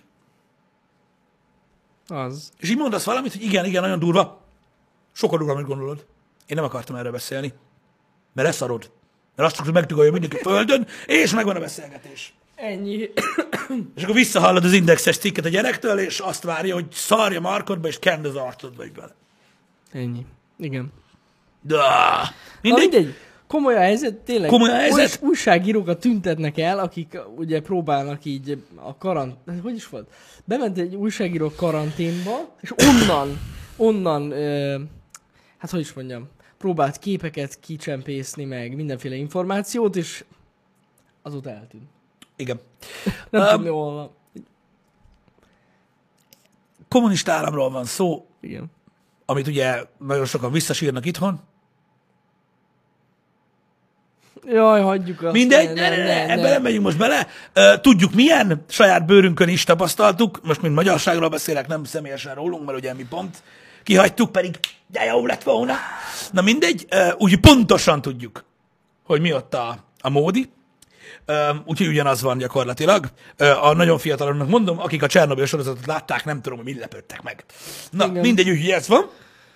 Az. És így mondasz valamit, hogy igen, igen, nagyon durva. Sokkal durva, amit gondolod. Én nem akartam erről beszélni. Mert leszarod. Mert azt csak megtugolja mindenki a földön, és megvan a beszélgetés. Ennyi. És akkor visszahallod az indexes cikket a gyerektől, és azt várja, hogy szarja markodba, és kend az arcodba így bele. Ennyi. Igen. De Na mindegy. mindegy. Komoly a helyzet, tényleg. Komoly a helyzet? Új- Újságírókat tüntetnek el, akik ugye próbálnak így a karant... Hogy is volt? Bement egy újságíró karanténba, és onnan, onnan, ö, hát hogy is mondjam, próbált képeket kicsempészni meg, mindenféle információt, és azóta eltűnt. Igen. Nem Um, um, tudom, hol van. Kommunista államról van szó, Igen. amit ugye nagyon sokan visszasírnak itthon. Jaj, hagyjuk azt. Mindegy, ne, ne, ne, ne, ebben nem megyünk most bele. Uh, tudjuk milyen, saját bőrünkön is tapasztaltuk, most mint magyarságról beszélek, nem személyesen rólunk, mert ugye mi pont kihagytuk, pedig de jó lett volna. Na mindegy, uh, úgyhogy pontosan tudjuk, hogy mi ott a, a módi. Uh, úgyhogy ugyanaz van gyakorlatilag. Uh, a nagyon fiataloknak mondom, akik a Csernobyl sorozatot látták, nem tudom, hogy mi lepődtek meg. Na, Igen. mindegy, úgyhogy ez van.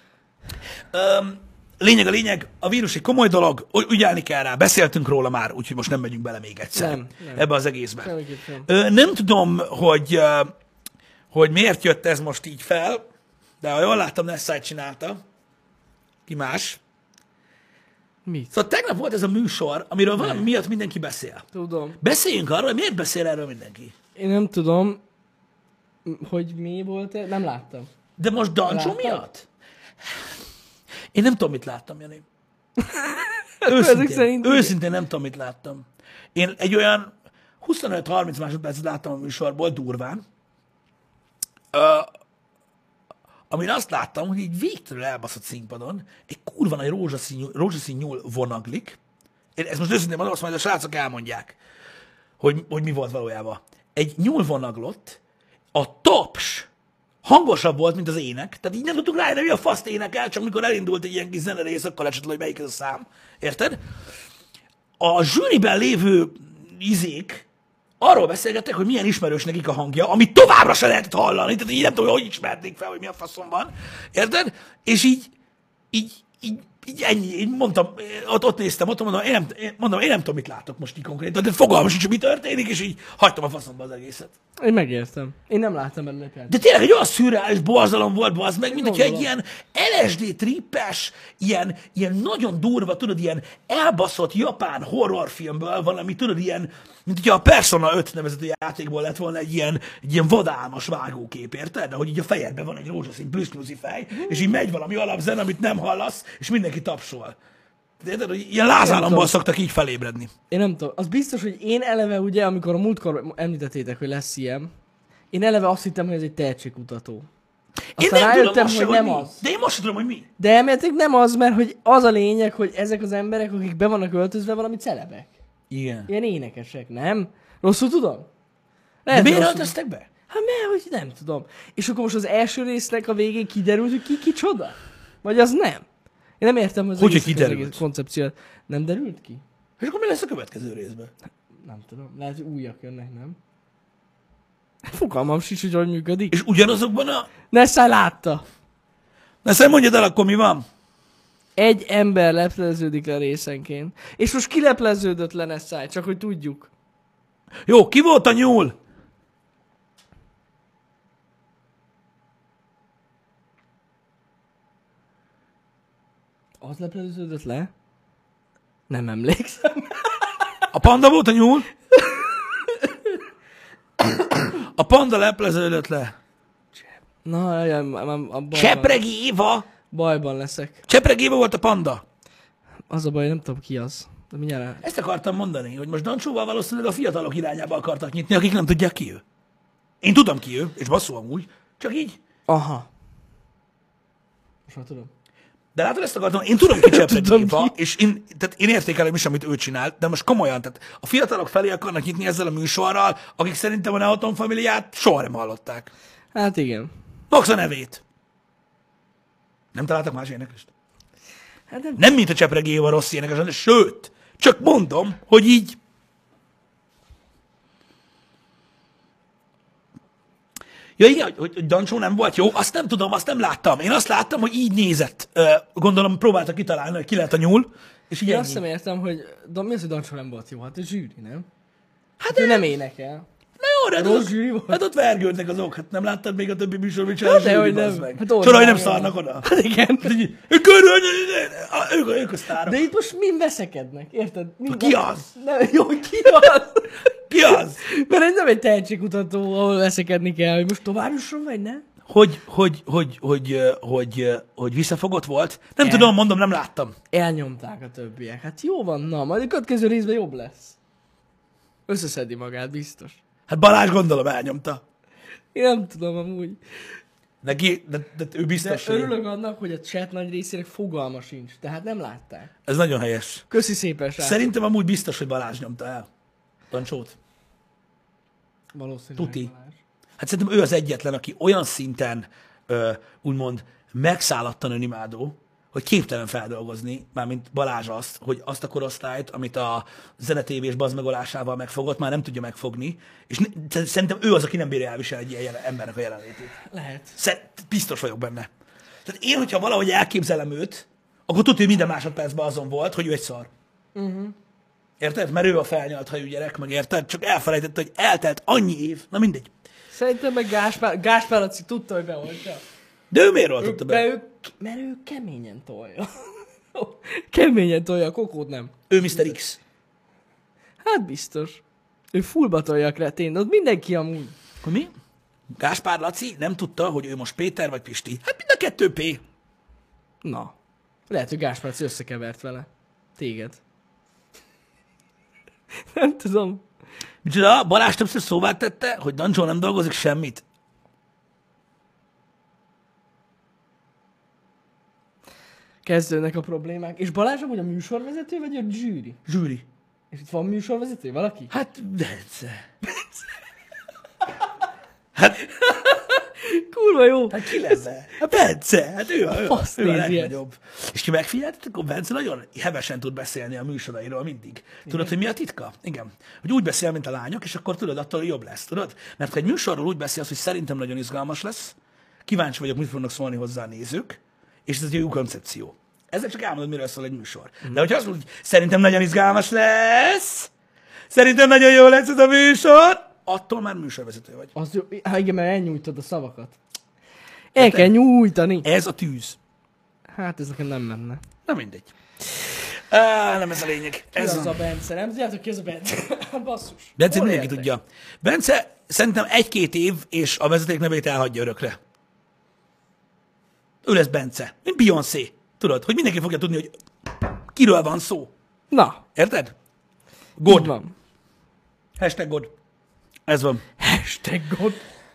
Um, Lényeg a lényeg, a vírus egy komoly dolog, u- ügyelni kell rá, beszéltünk róla már, úgyhogy most nem megyünk bele még egyszer Nem, nem. ebbe az egészbe. Semmiképp sem. Ö, nem tudom, hogy, ö, hogy miért jött ez most így fel, de ha jól láttam, Nessai csinálta. Ki más? Mit? Szóval tegnap volt ez a műsor, amiről valami miatt mindenki beszél. Tudom. Beszéljünk arról, hogy miért beszél erről mindenki. Én nem tudom, hogy mi volt -e. Nem láttam. De most Dancsó Láttad? miatt? Én nem tudom, mit láttam, Jani. Ezek Őszintén, szerint őszintén nem tudom, mit láttam. Én egy olyan huszonöt-harminc másodpercet láttam a műsorból, durván, ö, amin azt láttam, hogy így végtelen elbaszott színpadon egy kurva nagy rózsaszín, rózsaszín nyúl vonaglik. Én ezt most őszintén mondom, azt majd a srácok elmondják, hogy, hogy mi volt valójában. Egy nyúl vonaglott, a taps hangosabb volt, mint az ének. Tehát így nem tudtuk rájönni, mi a faszt énekel, csak mikor elindult egy ilyen kis zenerész, akkor lecsetlen, hogy melyik ez a szám. Érted? A zsűriben lévő izék arról beszélgettek, hogy milyen ismerős nekik a hangja, amit továbbra se lehetett hallani, tehát így nem tudom, hogy ismerték fel, hogy mi a faszom van. Érted? És így, így, így, így ennyi, így mondtam, ott, ott néztem, ott mondom, én nem, én, mondom, én nem tudom, mit látok most így konkrétan, de fogalmam sincs, hogy mi történik, és így hagytam a faszomba az egészet. Én megértem. Én nem láttam belőle percet. De tényleg egy olyan szürreális borzalom volt, az meg, mint hogyha egy Gondolom. ilyen el es dé trippes, ilyen, ilyen nagyon durva, tudod, ilyen elbaszott japán horrorfilmből valami, tudod, ilyen, mint hogyha a Persona öt nevezetű játékból lett volna egy ilyen, egy ilyen vadálmas vágókép, érted? De hogy így a fejedben van egy rózsaszín plüszkluzi fej, és így megy valami alapzen, amit nem hallasz, és mindenki tapsol. De érted, hogy ilyen lázállamból szoktak így felébredni. Én nem tudom. Az biztos, hogy én eleve ugye, amikor a múltkor említettétek, hogy lesz ilyen, én eleve azt hittem, hogy ez egy tehetségkutató. Én Aztán nem rájöttem, tudom azt hogy se, nem mi. az. De én most sem tudom, hogy mi. De elméletileg nem az, mert hogy az a lényeg, hogy ezek az emberek, akik be vannak öltözve, valami celebek. Igen. Ilyen énekesek, nem? Rosszul tudom? De Lehet, miért rosszul- öltöztek be? Hát mert, hogy nem tudom. És akkor most az első résznek a végén kiderült, hogy ki kicsoda? Vagy az nem? Én nem értem az Hogy, egész, hogy az kiderült? egész koncepciót. Nem derült ki? És akkor mi lesz a következő részben? Nem tudom. Lehet, hogy újak jönnek, nem? Fogalmam sincs, hogy hogy működik. És ugyanazokban a... Nessai látta. Na, szóval mondjad el, akkor mi van? Egy ember lepleződik le részenként. És most kilepleződött le Nessai, csak hogy tudjuk. Jó, ki volt a nyúl? Az lepleződött le? Nem emlékszem. A panda volt a nyúl? A panda lepleződött le. Na, jaj, már a bajban, Csepregi Éva? bajban leszek. Csepregi Éva volt a panda. Az a baj, nem tudom ki az. De mindjárt... Ezt akartam mondani, hogy most Dancsóval valószínűleg a fiatalok irányába akartak nyitni, akik nem tudják ki ő. Én tudom ki ő, és basszú amúgy, csak így. Aha. Most már tudom. De látod, ezt akartam, én tudom ki Csepregi Tudom Éva, ki. és én, tehát én értékelem is, amit ő csinál, de most komolyan, tehát a fiatalok felé akarnak nyitni ezzel a műsorral, akik szerintem a Neoton familiát soha nem hallották. Hát igen. Max a nevét. Nem találtak más énekest? Hát nem... Nem, mint a Csepregi Éva rossz énekes, de sőt, csak mondom, hogy így. Ja igen, hogy, hogy Dancsó nem volt jó, azt nem tudom, azt nem láttam. Én azt láttam, hogy így nézett. Ö, gondolom próbálta kitalálni, hogy ki lehet a nyúl, és így Én ennyi. azt nem értem, hogy... De mi az, hogy Dancsó nem volt jó? Hát a zsűri, nem? Hát Ő ő nem énekel. Na jó, hát Rossz ott, zsűri volt. hát ott vergődnek azok. Hát nem láttad még a többi műsor, mit csinál a Hát zsűri, dehogy bazd nem. meg. Hát ott Csoda, hogy nem vágja. szarnak oda. Hát igen. Ők körül, ők, ők a sztárok. De itt most mind veszekednek, érted? Mind Ki az? Nem, jó, ki az? Ki az? Mert ez nem egy tehetségkutató, ahol veszekedni kell, hogy most tovább jusson, vagy ne? Hogy, hogy, hogy, hogy, hogy, hogy, hogy visszafogott volt? Nem El. tudom, mondom, nem láttam. Elnyomták a többiek. Hát jó van, na, majd a következő részben jobb lesz. Összeszedi magát, biztos. Hát Balázs gondolom elnyomta. Én nem tudom amúgy. Neki, de, de ő De biztos, hogy örülök annak, hogy a chat nagy részének fogalma sincs. Tehát nem látták. ez nagyon helyes. Köszi szépen, srác. Szerintem amúgy biztos, hogy Balázs nyomta el. Dancsót. Valószínűleg. Tuti. Balázs. Hát szerintem ő az egyetlen, aki olyan szinten ö, úgymond megszállattan önimádó, hogy képtelen feldolgozni, mármint Balázs azt, hogy azt a korosztályt, amit a zenetévés bazmegolásával megfogott, már nem tudja megfogni, és ne, szerintem ő az, aki nem bírja elviselni egy ilyen jelen, embernek a jelenlétét. Lehet. Szer- biztos vagyok benne. Tehát én, hogyha valahogy elképzelem őt, akkor tudja, hogy minden másodpercben azon volt, hogy ő egy szar. Uh-huh. Érted? Mert ő a felnyalt hajú gyerek, meg érted? Csak elfelejtette, hogy eltelt annyi év. Na mindegy. Szerintem meg Gáspár, Gáspár Laci tudta, hogy beoltja. De ő miért oltotta be? De ő, mert ő keményen tolja. Keményen tolja, a kokót nem. Ő miszter X. Hát biztos. Ő fullba tolja a kretén, de ott mindenki amúgy. Hogy mi? Gáspár Laci nem tudta, hogy ő most Péter vagy Pisti. Hát mind a kettő P. Na. Lehet, hogy Gáspár Laci összekevert vele. Téged. Nem tudom. Micsoda, Balázs többször szóvá tette, hogy Dancsó nem dolgozik semmit. Kezdődnek a problémák. És Balázs amúgy a műsorvezető, vagy a zsűri? Zsűri. És itt van műsorvezető? Valaki? Hát, Bence. Hát, Kurva jó. hát ki lesz? Hát Bence, hát ő a, ő a, Fasz ő a nézi legnagyobb. És ki megfigyeltet, akkor Bence nagyon hevesen tud beszélni a műsorairól mindig. Tudod, hogy mi a titka? Igen. Hogy úgy beszél, mint a lányok, és akkor tudod, attól jobb lesz, tudod? Mert ha egy műsorról úgy beszélsz, hogy szerintem nagyon izgalmas lesz, kíváncsi vagyok, mit fognak szólni hozzá a nézők, és ez egy jó koncepció. Ezzel csak elmondod, miről szól egy műsor. De hogyha azt mondod, hogy szerintem nagyon izgalmas lesz, szerintem nagyon jó lesz ez a műsor, attól már műsorvezető vagy. Az jó. Hát igen, mert elnyújtad a szavakat. El kell nyújtani. Ez a tűz. Hát ez nekem nem menne. Na mindegy. Á, nem ez a lényeg. Ki Ez az a... a Bence? Nem tudjátok, ki az a Bence? Hát basszus. Bence Hol mindenki éltek? tudja. Bence szerintem egy-két év, és a vezeték nevét elhagyja örökre. Ő lesz Bence. Mint Beyoncé. Tudod, hogy mindenki fogja tudni, hogy kiről van szó. Na, Érted? így God. van. Hashtag God. Ez van. Hashtag God.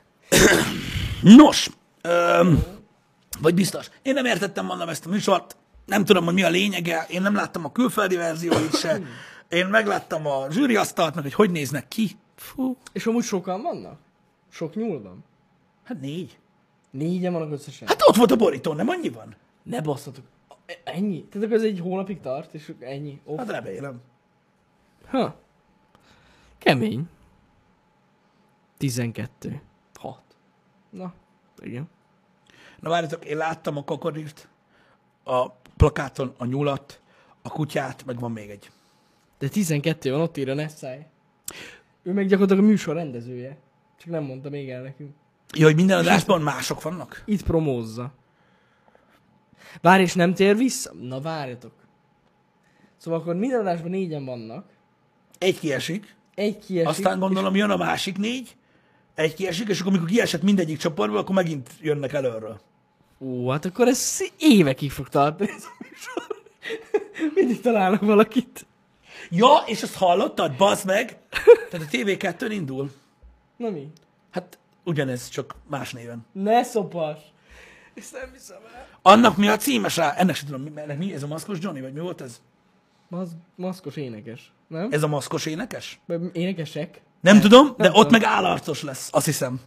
Nos, öm, vagy biztos. Én nem értettem, mondom, ezt a műsort. Nem tudom, hogy mi a lényege. Én nem láttam a külföldi verzióit se. Én megláttam a zsűriasztalt, meg hogy hogy néznek ki. Fú. És amúgy sokan vannak? Sok nyúl van? Hát négy. Négyen vannak összesen. Hát ott volt a borító, nem annyi van? Ne basszatok. Ennyi? Tehát akkor ez egy hónapig tart, és ennyi. Oh. Hát remélem. Ha. Kemény. Tizenkettő. Hat. Na, igen. Na várjatok, én láttam a kokodilt, a plakáton a nyulat, a kutyát, meg van még egy. De tizenkettő van, ott írja Nessai. Ő meg gyakorlatilag a műsor rendezője. Csak nem mondta még el nekünk. Ja, hogy minden adásban mások vannak? Itt promózza. Várj, és nem tér vissza? Na várjatok. Szóval akkor minden adásban négyen vannak. Egy kiesik, Egy kiesik. aztán gondolom jön a másik négy, egy kiesik, és akkor amikor kiesett mindegyik csoportból, akkor megint jönnek előről. Ó, hát akkor ez évekig fog tartani ez a műsor. Mindig találnak valakit. Ja, és azt hallottad? Bazd meg! Tehát a té vé kettőn indul. Na mi? Hát ugyanez, csak más néven. Ne szopas! Ezt nem hiszem el. Annak mi a címes rá? Ennek sem tudom, mi, ennek mi? Ez a maszkos Johnny, vagy mi volt ez? Maz- maszkos énekes, nem? Ez a maszkos énekes? Vagy énekesek? Nem tudom, de nem ott tudom. meg állarcos lesz, azt hiszem.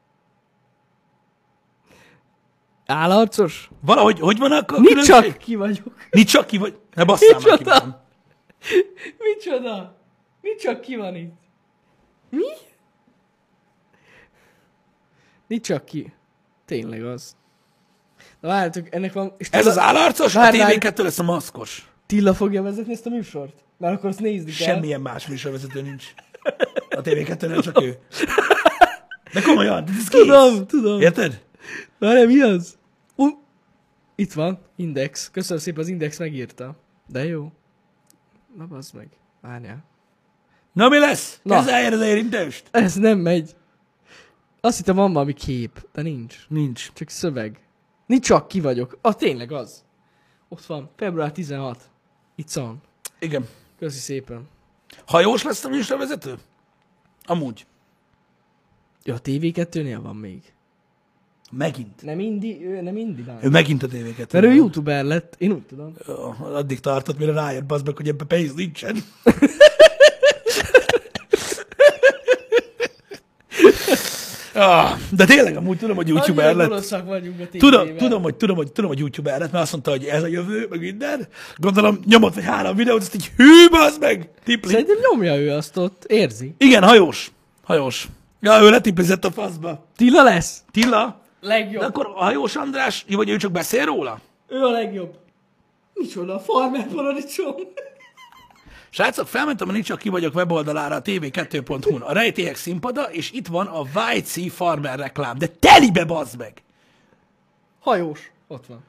Állarcos? Valahogy, hogy van akkor a Mit különbség? csak ki vagyok? Nincs csak ki vagy... Ne basszál már ki Micsoda? velem. Micsoda? Mit csak ki van itt? Mi? Mit csak ki? Tényleg az. Na várjátok, ennek van... És Ez Tilla- az állarcos, a Várj, té vé várj. kettő lesz a maszkos. Tilla fogja vezetni ezt a műsort? Mert akkor azt nézni kell. Semmilyen más műsorvezető nincs. A té vé kettőnél csak ő. De komolyan, ez kész. Tudom, tudom. Érted? Várj, mi az? Uh, itt van, Index. Köszönöm szépen, az Index megírta. De jó. Na bazd meg. Várjál. Na mi lesz? Na. Kezeljen az érintést? Ez nem megy. Azt hittem van valami kép, de nincs. Nincs. Csak szöveg. Nincs csak ki vagyok. Ah, tényleg az. Ott van. február tizenhat. Itt van. Igen. Köszi szépen. Hajós lesz a műsorvezető? Amúgy. Ja, a té vé kettőnél van még. Megint. Nem indi, ő nem indi Ő megint a té vé kettő. Mert ő youtuber lett, én úgy tudom. Addig tartott, mire rájött, bazd meg, hogy ebbe pénz nincsen. Ah, de tényleg amúgy tudom, hogy youtuber Annyira lett. gonoszak vagyunk a té Tudom, vével. tudom, hogy, tudom, hogy, tudom, hogy youtuber lett, mert azt mondta, hogy ez a jövő, meg minden. Gondolom, nyomott vagy három videót, azt így hű, bazd meg! Tipli. Szerintem nyomja ő azt ott, érzi. Igen, hajós. Hajós. Ja, ő letiplizett a faszba. Tilla lesz? Tilla? Legjobb. De akkor a hajós András, vagy ő csak beszél róla? Ő a legjobb. Micsoda, a farmer paradicsom. Srácok, felmentem a Nincs Csak Ki Vagyok weboldalára a té vé kettő pont hu-n. A rejtélyek színpada, és itt van a vé cé Farmer reklám. De telibe, bazd meg! Hajós. Ott van.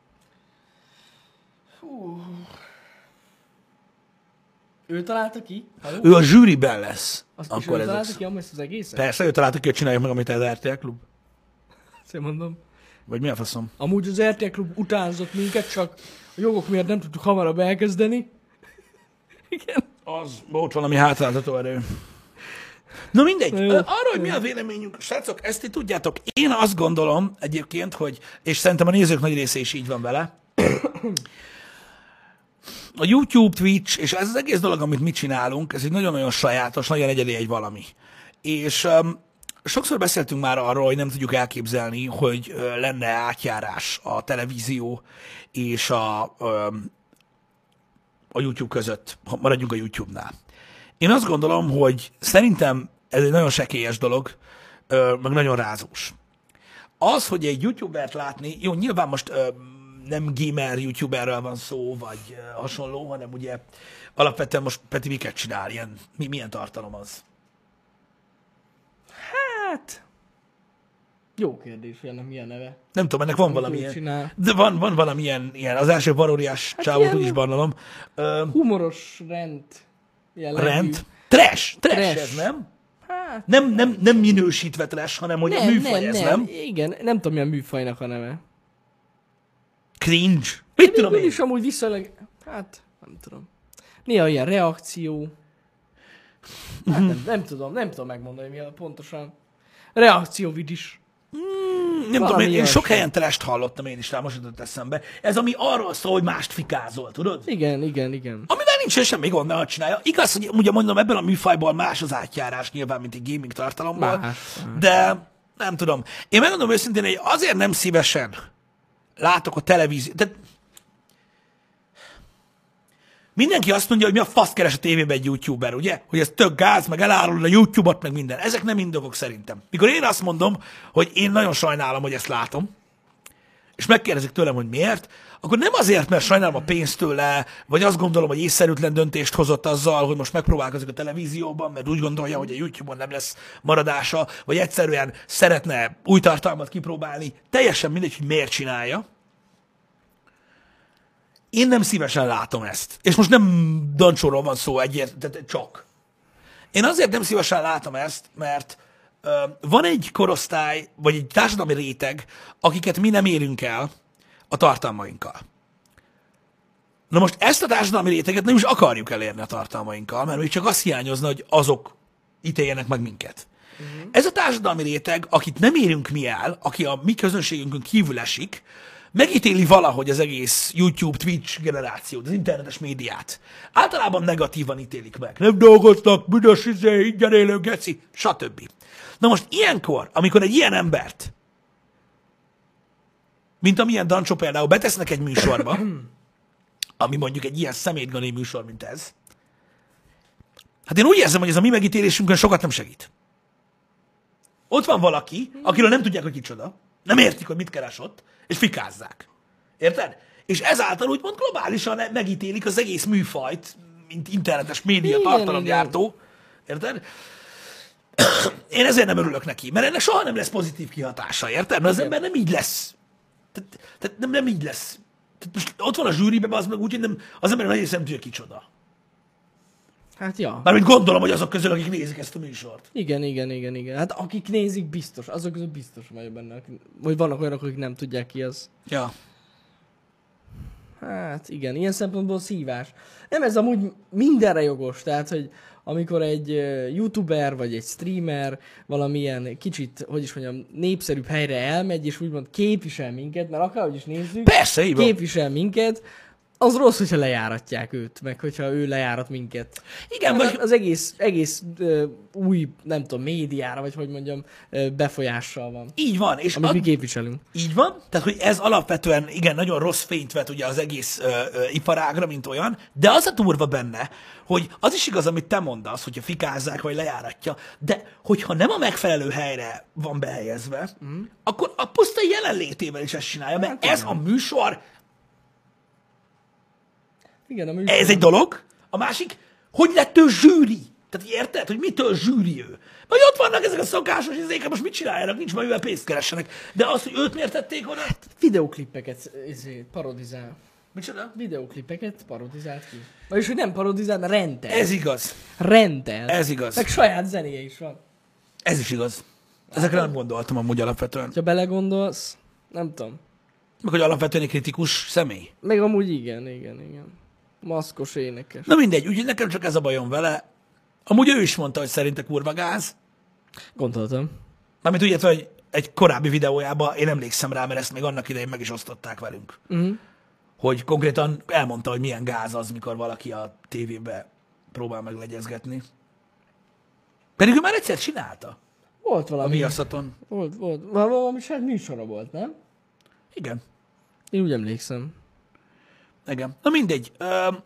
Hú. Ő találta ki? Hajós? Ő a zsűriben lesz. Azt is Akkor ő ez találta az. ki amúgy ezt az egészet? Persze, ő találta ki, hogy csináljuk meg, amit az er té el Klub. Azt mondom. Vagy mi a faszom? Amúgy az er té el Klub utánzott minket, csak a jogok miatt nem tudtuk hamarabb elkezdeni. Igen. Az, volt valami hátráltató erő. Na mindegy, Na jó. arról, hogy mi a véleményünk, srácok, ezt ti tudjátok. Én azt gondolom egyébként, hogy, és szerintem a nézők nagy része is így van vele, a YouTube, Twitch, és ez az egész dolog, amit mi csinálunk, ez egy nagyon-nagyon sajátos, nagyon egyedi egy valami. És um, sokszor beszéltünk már arról, hogy nem tudjuk elképzelni, hogy uh, lenne átjárás a televízió és a, um, a YouTube között. Ha maradjunk a YouTube-nál. Én azt gondolom, hogy szerintem ez egy nagyon sekélyes dolog, ö, meg nagyon rázós. Az, hogy egy YouTubert látni, jó, nyilván most ö, nem gamer YouTuberről van szó, vagy ö, hasonló, hanem ugye alapvetően most Peti miket csinál, ilyen, mi, milyen tartalom az? Hát... Jó kérdés, hogy ennek milyen neve. Nem tudom, ennek van Amit ő valamilyen, csinál. de van, van valamilyen, ilyen, az első valóriás hát csávót ilyen- úgy is bannalom. Ö, Humoros rend. Jellegű. rend? Trash, trash, Trash. ez nem? Hát... Nem, nem, nem minősítve trash, hanem hogy a műfaj ez, nem? Igen, nem tudom, milyen műfajnak a neve. Cringe. Mit tudom Végül én? is amúgy viszonylag... Hát, nem tudom. Néha ilyen reakció. Hát nem, nem tudom, nem tudom megmondani, mi a pontosan. Reakcióvid is. Nem tudom, Valami én, én sok ilyesmi. helyen trest hallottam én is rá, most jutott eszembe. Ez ami arról szól, hogy mást fikázol, tudod? Igen, igen, igen. Amivel nincs semmi gond, mert csinálja. Igaz, hogy ugye mondom, ebben a műfajból más az átjárás nyilván, mint egy gaming tartalomból. Más, más. De nem tudom. Én megmondom őszintén, hogy azért nem szívesen látok a televízió. De mindenki azt mondja, hogy mi a fasz keres a tévében egy youtuber, ugye? Hogy ez tök gáz, meg elárulod a YouTube-ot, meg minden. Ezek nem indokok szerintem. Mikor én azt mondom, hogy én nagyon sajnálom, hogy ezt látom, és megkérdezik tőlem, hogy miért, akkor nem azért, mert sajnálom a pénzt tőle, vagy azt gondolom, hogy észszerűtlen döntést hozott azzal, hogy most megpróbálkozik a televízióban, mert úgy gondolja, hogy a YouTube-on nem lesz maradása, vagy egyszerűen szeretne új tartalmat kipróbálni. Teljesen mindegy, hogy miért csinálja. Én nem szívesen látom ezt. És most nem Dancsóról van szó egyért, tehát csak. Én azért nem szívesen látom ezt, mert ö, van egy korosztály, vagy egy társadalmi réteg, akiket mi nem érünk el a tartalmainkkal. Na most ezt a társadalmi réteget nem is akarjuk elérni a tartalmainkkal, mert még csak azt hiányozna, hogy azok ítéljenek meg minket. Uh-huh. Ez a társadalmi réteg, akit nem érünk mi el, aki a mi közönségünkön kívül esik, megítéli valahogy az egész YouTube, Twitch generációt, az internetes médiát. Általában negatívan ítélik meg. Nem dolgoznak, büdös izé, ingyen élő geci, stb. Na most ilyenkor, amikor egy ilyen embert, mint amilyen Dancsó például betesznek egy műsorba, ami mondjuk egy ilyen szemétgani műsor, mint ez, hát én úgy érzem, hogy ez a mi megítélésünkön sokat nem segít. Ott van valaki, akiről nem tudják, hogy kicsoda, nem értik, hogy mit keres ott, és fikázzák. Érted? És ezáltal úgymond globálisan megítélik az egész műfajt, mint internetes média Igen, tartalomgyártó. Érted? Én ezért nem örülök neki, mert ennek soha nem lesz pozitív kihatása, érted? Mert az ember nem így lesz. Tehát, tehát nem, nem így lesz. Tehát most ott van a zsűriben, az meg úgy, hogy nem, az ember nagy nem tudja kicsoda. Hát ja. Mármint gondolom, hogy azok közül, akik nézik ezt a műsort. Igen, igen, igen, igen. Hát akik nézik, biztos. Azok közül biztos vagyok benne. Akik, vagy vannak olyanok, akik nem tudják ki az. Ja. Hát igen, ilyen szempontból szívás. Nem, ez amúgy mindenre jogos. Tehát, hogy amikor egy uh, youtuber vagy egy streamer valamilyen kicsit, hogy is mondjam, népszerűbb helyre elmegy, és úgymond képvisel minket, mert akárhogy is nézzük, Persze, így van. képvisel minket, az rossz, hogyha lejáratják őt, meg hogyha ő lejárat minket. Igen, az, vagy... az egész, egész uh, új, nem tudom, médiára, vagy hogy mondjam, uh, befolyással van. Így van. És amit ad... mi képviselünk. Így van, tehát hogy ez alapvetően igen, nagyon rossz fényt vet ugye az egész ö, ö, iparágra, mint olyan, de az a durva benne, hogy az is igaz, amit te mondasz, hogyha fikázzák, vagy lejáratja, de hogyha nem a megfelelő helyre van behelyezve, mm. akkor a puszta jelenlétével is ezt csinálja, mert Hát ez igen. a műsor, Igen, a műsor. ez egy dolog, a másik, hogy lett ő zsűri? Tehát érted, hogy mitől zsűri ő? Vagy ott vannak ezek a szokásos izék, most mit csináljanak, nincs ma mivel pénzt keressenek. De azt, hogy őt miért tették oda? Videóklippeket izé, parodizál. Micsoda? Videóklippeket parodizált ki. Vagyis, hogy nem parodizál, mert rendel. Ez igaz. Rendel. Ez igaz. Meg saját zenéje is van. Ez is igaz. Ezekre nem gondoltam amúgy alapvetően. Ha belegondolsz, nem tudom. Meg hogy alapvetően egy kritikus személy. Meg amúgy igen, igen, igen. Maszkos énekes. Na mindegy, úgyhogy nekem csak ez a bajom vele. Amúgy ő is mondta, hogy szerinte kurva gáz. Gondoltam. Mármint úgy értve, hogy egy korábbi videójában, én emlékszem rá, mert ezt még annak idején meg is osztották velünk. Uh-huh. Hogy konkrétan elmondta, hogy milyen gáz az, mikor valaki a tévébe próbál meglegyezgetni. Pedig ő már egyszer csinálta. Volt A valami. Viaszaton. Volt, volt. Val- Valami saját műsora volt, nem? Igen. Én úgy emlékszem. Igen. Na mindegy. Öm,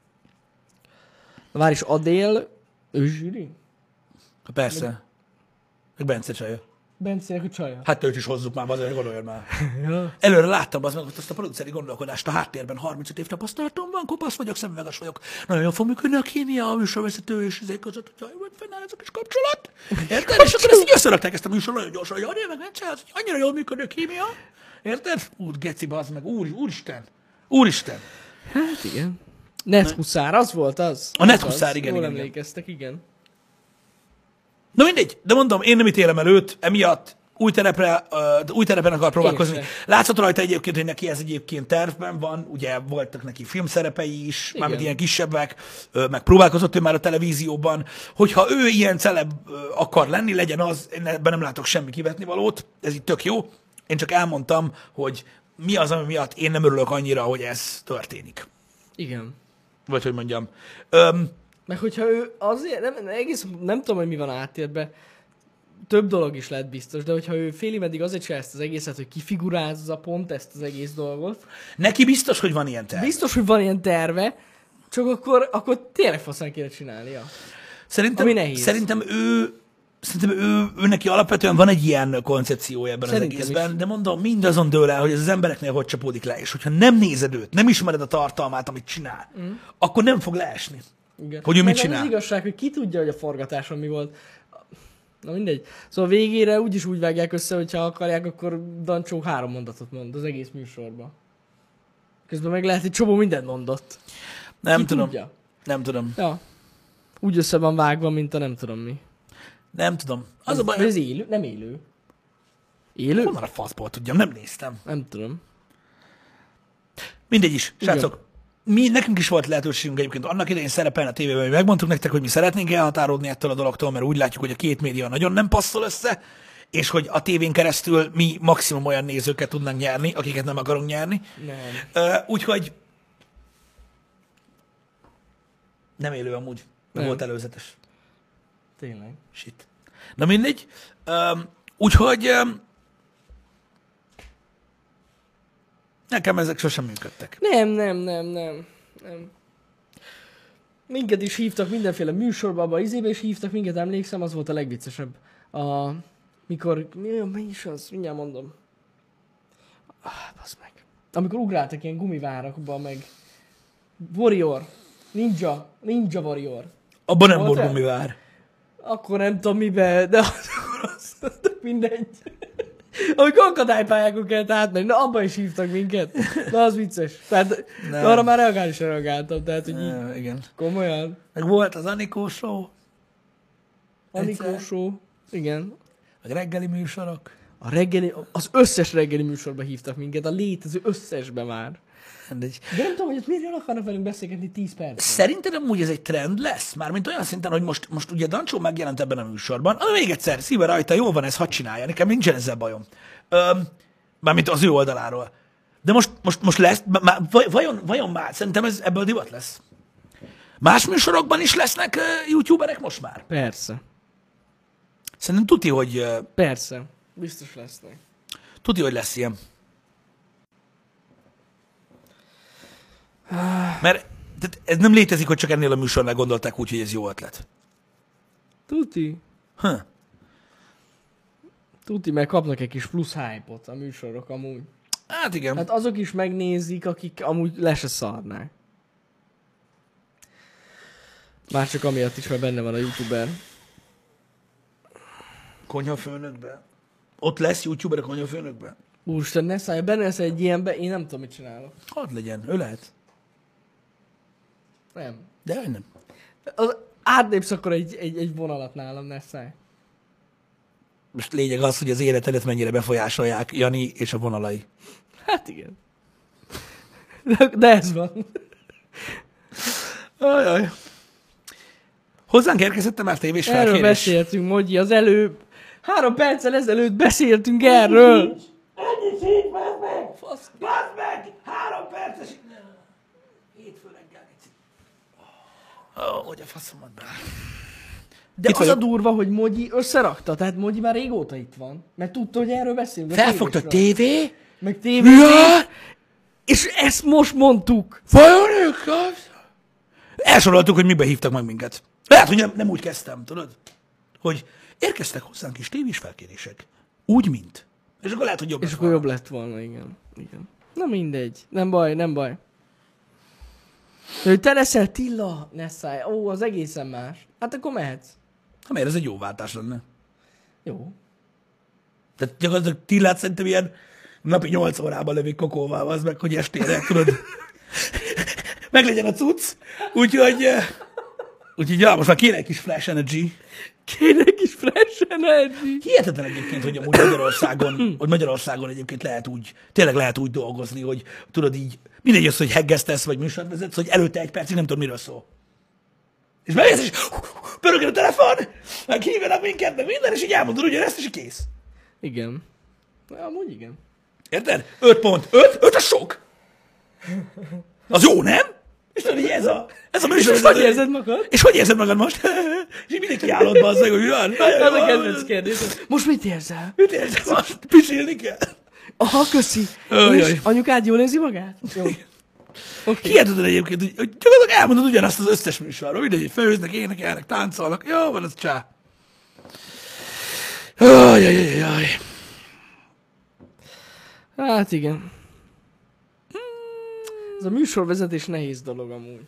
Várj is, Adél, ő zsűri? persze. Meg Bence Csaja. Bencének a csaja. Hát őt is hozzuk már, azért gondoljon már. Ja. Előre láttam az meg azt a produceri gondolkodást a háttérben. harmincöt év tapasztalatom van, kopasz vagyok, szemüveges vagyok. Nagyon jól fog működni a kémia, a műsorvezető és ezek között, hogyha majd fennáll ez a kis kapcsolat. Érted? És akkor ezt így összerakták ezt a műsor nagyon gyorsan, hogy Adél meg Bence, az annyira jól működő kémia. Érted? Úr, geci, bazd meg, úr, úristen. Úristen. Hát igen. Nethuszár, az volt az? A Nethuszár, Az, igen, jól igen, igen. emlékeztek, igen. Na mindegy, de mondom, én nem ítélem el őt, emiatt új, terepre, uh, új terepen akar próbálkozni. Én se. Látszott rajta egyébként, hogy neki ez egyébként tervben van, ugye voltak neki filmszerepei is, Igen. mármint ilyen kisebbek, ö, meg próbálkozott ő már a televízióban. Hogyha ő ilyen celeb ö, akar lenni, legyen az, én ebben nem látok semmi kivetnivalót, ez itt tök jó. Én csak elmondtam, hogy mi az, ami miatt én nem örülök annyira, hogy ez történik. Igen. Vagy hogy mondjam. Öm, Meg hogyha ő azért, nem, egész, nem tudom, hogy mi van áttérben, több dolog is lehet biztos, de hogyha ő félig meddig azért csinálja ezt az egészet, hogy kifigurázza pont ezt az egész dolgot, neki biztos, hogy van ilyen terv. biztos, hogy van ilyen terve, csak akkor, akkor tényleg faszán kéne csinálnia. Szerintem, Ami nehéz. szerintem ő, szerintem ő, ő neki alapvetően van egy ilyen koncepciója ebben Szerintem az egészben, is. de mondom, mindazon dől el, hogy ez az embereknél hogy csapódik le, és hogyha nem nézed őt, nem ismered a tartalmát, amit csinál, mm. akkor nem fog leesni. Igen. Hogy ő mit Meg az csinál. Az igazság, hogy ki tudja, hogy a forgatáson mi volt. Na mindegy. Szóval végére úgyis úgy vágják össze, hogyha akarják, akkor Dancsó három mondatot mond az egész műsorban. Közben meg lehet, hogy csomó mindent mondott. Nem Ki tudom. tudja? Nem tudom. Ja. Úgy össze van vágva, mint a nem tudom mi. Nem tudom. Az Ez, a baj, ez élő? Nem élő. Élő? honnan a faszból tudjam, nem néztem. Nem tudom. Mindegy is. Igen. Srácok, mi, nekünk is volt lehetőségünk egyébként annak idején szerepelni a tévében, hogy megmondtuk nektek, hogy mi szeretnénk elhatárolni ettől a dologtól, mert úgy látjuk, hogy a két média nagyon nem passzol össze, és hogy a tévén keresztül mi maximum olyan nézőket tudnánk nyerni, akiket nem akarunk nyerni. Nem. Uh, úgyhogy nem élő amúgy, nem Nem. volt előzetes. Tényleg. Shit. Na mindegy. Um, úgyhogy um, nekem ezek sosem működtek. Nem, nem, nem, nem, nem. Minket is hívtak mindenféle műsorba, abba izébe is hívtak, minket emlékszem, az volt a legviccesebb. A, mikor, mi, mi is az, mindjárt mondom. Ah, basz meg. Amikor ugráltak ilyen gumivárakba, meg Warrior, Ninja, Ninja Warrior. Abban nem Volt volt el? gumivár. Akkor nem tudom mibe, de az, az, az mindegy. Amikor akadálypályákon kellett átmenni, na abban is hívtak minket. Na az vicces. Tehát Nem. arra már reagálni sem reagáltam, tehát hogy így Uh, igen. komolyan. Meg volt az Anikó show, Anikó Egyszer. show. Igen. meg reggeli műsorok. A reggeli, az összes reggeli műsorba hívtak minket, a létező összesbe már. Mindegy. De nem tudom, hogy ott miért akarnak velünk beszélgetni tíz percet. Szerinted amúgy ez egy trend lesz? Mármint olyan szinten, hogy most, most ugye Dancsó megjelent ebben a műsorban, ah, még egyszer, szíve rajta, jól van, ez hadd csinálja, nekem nincsen ezzel bajom. Öm, mármint az ő oldaláról. De most, most, most lesz, má, vajon, vajon már, szerintem ez ebből divat lesz. Más műsorokban is lesznek uh, youtuberek most már? Persze. Szerintem tuti, hogy, uh, Persze. Biztos lesznek. tuti, hogy lesz ilyen. Mert tehát ez nem létezik, hogy csak ennél a műsornál gondolták úgy, hogy ez jó ötlet. Tuti. Huh. Tuti, meg kapnak egy kis plusz hype-ot a műsorok amúgy. Hát igen. Hát azok is megnézik, akik amúgy le se szarnák. Már csak amiatt is, mert benne van a youtuber. Konyhafőnökben. Ott lesz youtuber a konyhafőnökben? Úristen, ne szállj, benne lesz egy ilyenbe, én nem tudom, mit csinálok. Hadd legyen, ő lehet. Nem. De hogy nem. Az átnépsz akkor egy, egy, egy vonalat nálam, ne szállj. Most lényeg az, hogy az életedet mennyire befolyásolják Jani és a vonalai. Hát igen. De, de ez van. Ajaj. Hozzánk érkezett már tévés Erről felkérés. beszéltünk, Mogyi, az előbb. Három perccel ezelőtt beszéltünk erről. Ennyi szét, bazd meg! Fasz, bazd meg! Három perces... Hétfő reggel, Gici. Ó, hogy a faszomat be. De Itt az vagyok. a durva, hogy Mogyi összerakta, tehát Mogyi már régóta itt van. Mert tudta, hogy erről beszélünk. a Felfogta a tévésről. tévé? Meg tévé. Ja! És ezt most mondtuk. Vajon ők az? Elsoroltuk, hogy mibe hívtak meg minket. Lehet, hogy nem, nem úgy kezdtem, tudod? Hogy érkeztek hozzánk is tévés felkérések. Úgy, mint. És akkor lehet, hogy jobb És lett akkor volna. jobb lett volna, igen. igen. Na mindegy. Nem baj, nem baj. De hogy te leszel Tilla, ne szállj. Ó, az egészen más. Hát akkor mehetsz. Ha miért ez egy jó váltás lenne? Jó. Tehát gyakorlatilag Tillát szerintem ilyen napi nyolc órában lövik kokóval, az meg, hogy estére, tudod, meglegyen a cucc. Úgyhogy, eh, úgyhogy ja, most már kéne egy kis flash energy. Kéne egy kis fresh energy. Hihetetlen egyébként, hogy amúgy Magyarországon, hogy Magyarországon egyébként lehet úgy, tényleg lehet úgy dolgozni, hogy tudod így, mindegy az, hogy heggesztesz, vagy műsort vezetsz, hogy előtte egy percig nem tudod, miről szól. És megjössz, és pörögön a telefon, meg hívjanak minket, meg minden, és így elmondod ugyanezt, és így kész. Igen. Amúgy igen. Érted? Öt pont. Öt? Öt a sok. Az jó, nem? És tudod, hogy ez a, ez a És műsor. most hogy érzed magad? És hogy érzed magad most? És így mindenki állod be azzal, hogy van. Ez a kedvenc kérdés. Most mit érzel? Mit érzed most? Pisilni kell? Aha, köszi. Ajaj. És anyukád jól érzi magát? Jó. Okay. Hihetetlen egyébként, hogy, hogy gyakorlatilag elmondod ugyanazt az összes műsorról. Mindegy, hogy főznek, énekelnek, táncolnak. Jó, van az csá. Ajajajajaj. Hát igen. Ez a műsorvezetés nehéz dolog amúgy.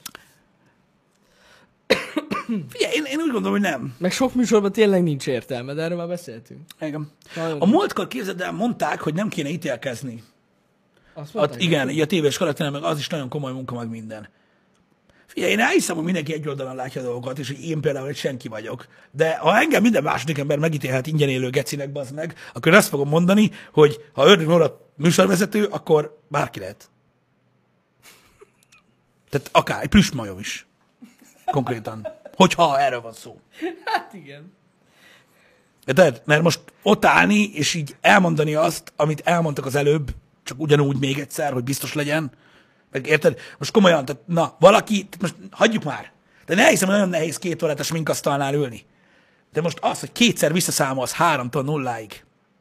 Figyelj, én, én úgy gondolom, hogy nem. Meg sok műsorban tényleg nincs értelme, de erről már beszéltünk. Igen. Nagyon A múltkor képzeld el, mondták, hogy nem kéne ítélkezni. Azt Hát mondták, igen, így a tévés karakter, meg az is nagyon komoly munka, meg minden. Figyelj, én elhiszem, hogy mindenki egy oldalon látja a dolgokat, és hogy én például egy senki vagyok. De ha engem minden második ember megítélhet ingyen élő gecinek, bazd meg, akkor én azt fogom mondani, hogy ha Ördög Nóra műsorvezető, akkor bárki lehet. Tehát akár egy plüssmajom is. Konkrétan. Hogyha erről van szó. Hát igen. Érted? Mert most ott állni, és így elmondani azt, amit elmondtak az előbb, csak ugyanúgy még egyszer, hogy biztos legyen. Meg érted? Most komolyan, tehát, na, valaki, tehát most hagyjuk már. De ne hiszem, hogy nagyon nehéz két órátos minkasztalnál ülni. De most az, hogy kétszer visszaszámolsz háromtól nulláig.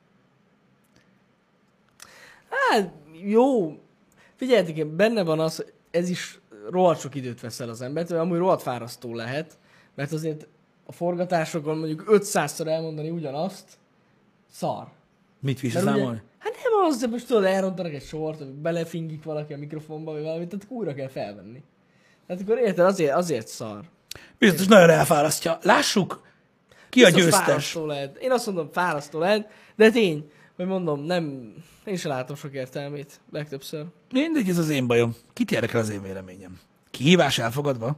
Hát, jó. Figyeljetek, benne van az, hogy ez is rohadt sok időt vesz el az embertől, amúgy rohadt fárasztó lehet, mert azért a forgatásokon mondjuk ötszázszor elmondani ugyanazt, szar. Mit Mert visszaszámolni? ugye, hát nem az, de most tudod, elrontanak egy sort, vagy belefingik valaki a mikrofonba, vagy valamit, tehát újra kell felvenni. Tehát akkor érted, azért, azért szar. Biztos nagyon elfárasztja. Lássuk, ki a Biztos győztes. Fárasztó lehet. Én azt mondom, fárasztó lehet, de tény, hogy mondom, nem, én sem látom sok értelmét legtöbbször. Mindegy, ez az én bajom. Kit érdekel az én véleményem? Kihívás elfogadva?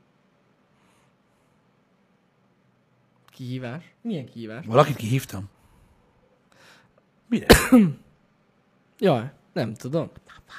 Kihívás? Milyen kihívás? Valakit kihívtam? Mire? Jaj, nem tudom.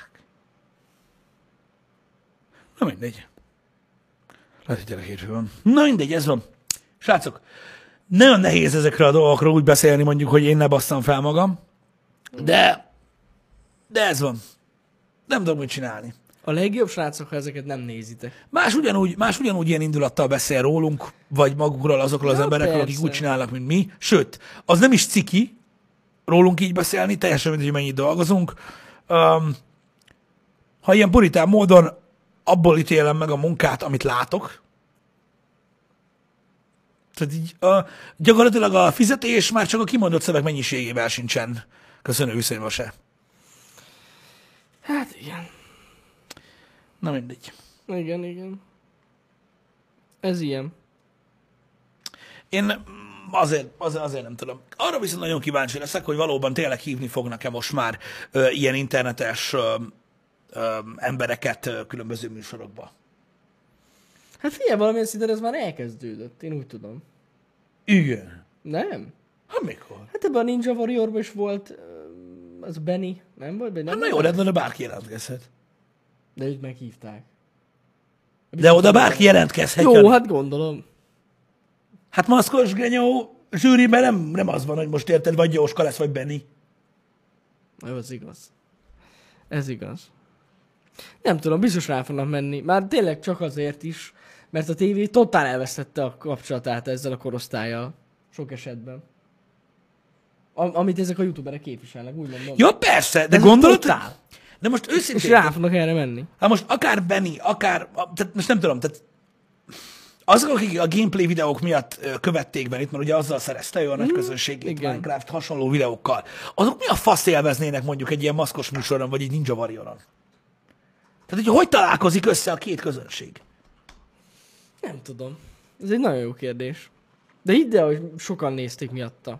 Na mindegy. Lehet, hogy gyerek hétfő van. Na mindegy, ez van. Srácok, nagyon nehéz ezekről a dolgokról úgy beszélni, mondjuk, hogy én ne basszam fel magam, de, de ez van. Nem tudom, mit csinálni. A legjobb, srácok, ha ezeket nem nézitek. Más ugyanúgy, más ugyanúgy ilyen indulattal beszél rólunk, vagy magukról, azokról az Ja, emberekről, akik persze. úgy csinálnak, mint mi. Sőt, az nem is ciki rólunk így beszélni, teljesen mindegy, hogy mennyit dolgozunk. Um, ha ilyen puritán módon abból ítélem meg a munkát, amit látok, tehát így, uh, gyakorlatilag a fizetés már csak a kimondott szöveg mennyiségével sincsen köszönő viszonyban se. Hát igen. Na mindegy. Igen, igen. Ez ilyen. Én azért, azért, azért nem tudom. Arra viszont nagyon kíváncsi leszek, hogy valóban tényleg hívni fognak-e most már ö, ilyen internetes ö, ö, embereket ö, különböző műsorokba. Hát figyelj, valamilyen szinten ez már elkezdődött, én úgy tudom. Igen. Nem? Hát mikor? Hát ebben a Ninja Warriorban is volt, ö, az Benny, nem volt? Vagy nem Hát na volt? jó, de oda bárki jelentkezhet. De őt meghívták. De oda bárki jelentkezhet. Jó, Jani. hát gondolom. Hát maszkos genyó zsűriben nem, nem az van, hogy most érted, vagy Jóska lesz, vagy Benni. Jó, az igaz. Ez igaz. Nem tudom, biztos rá fognak menni. Már tényleg csak azért is, mert a tévé totál elvesztette a kapcsolatát ezzel a korosztállyal. Sok esetben. Am- amit ezek a youtuberek képviselnek, úgy mondom. Ja, persze, de Ez gondolod? totál. De most És őszintén, rá fognak erre menni. hát most akár Benny, akár, tehát most nem tudom, tehát azok, akik a gameplay videók miatt ö, követték Bennyt, mert ugye azzal szerezte ő a nagy közönségét, igen. Minecraft hasonló videókkal, azok mi a fasz élveznének mondjuk egy ilyen maszkos műsoron, vagy egy Ninja Warrioron? Tehát, hogy hogy találkozik össze a két közönség? Nem tudom. Ez egy nagyon jó kérdés. De hidd el, hogy sokan nézték miatta.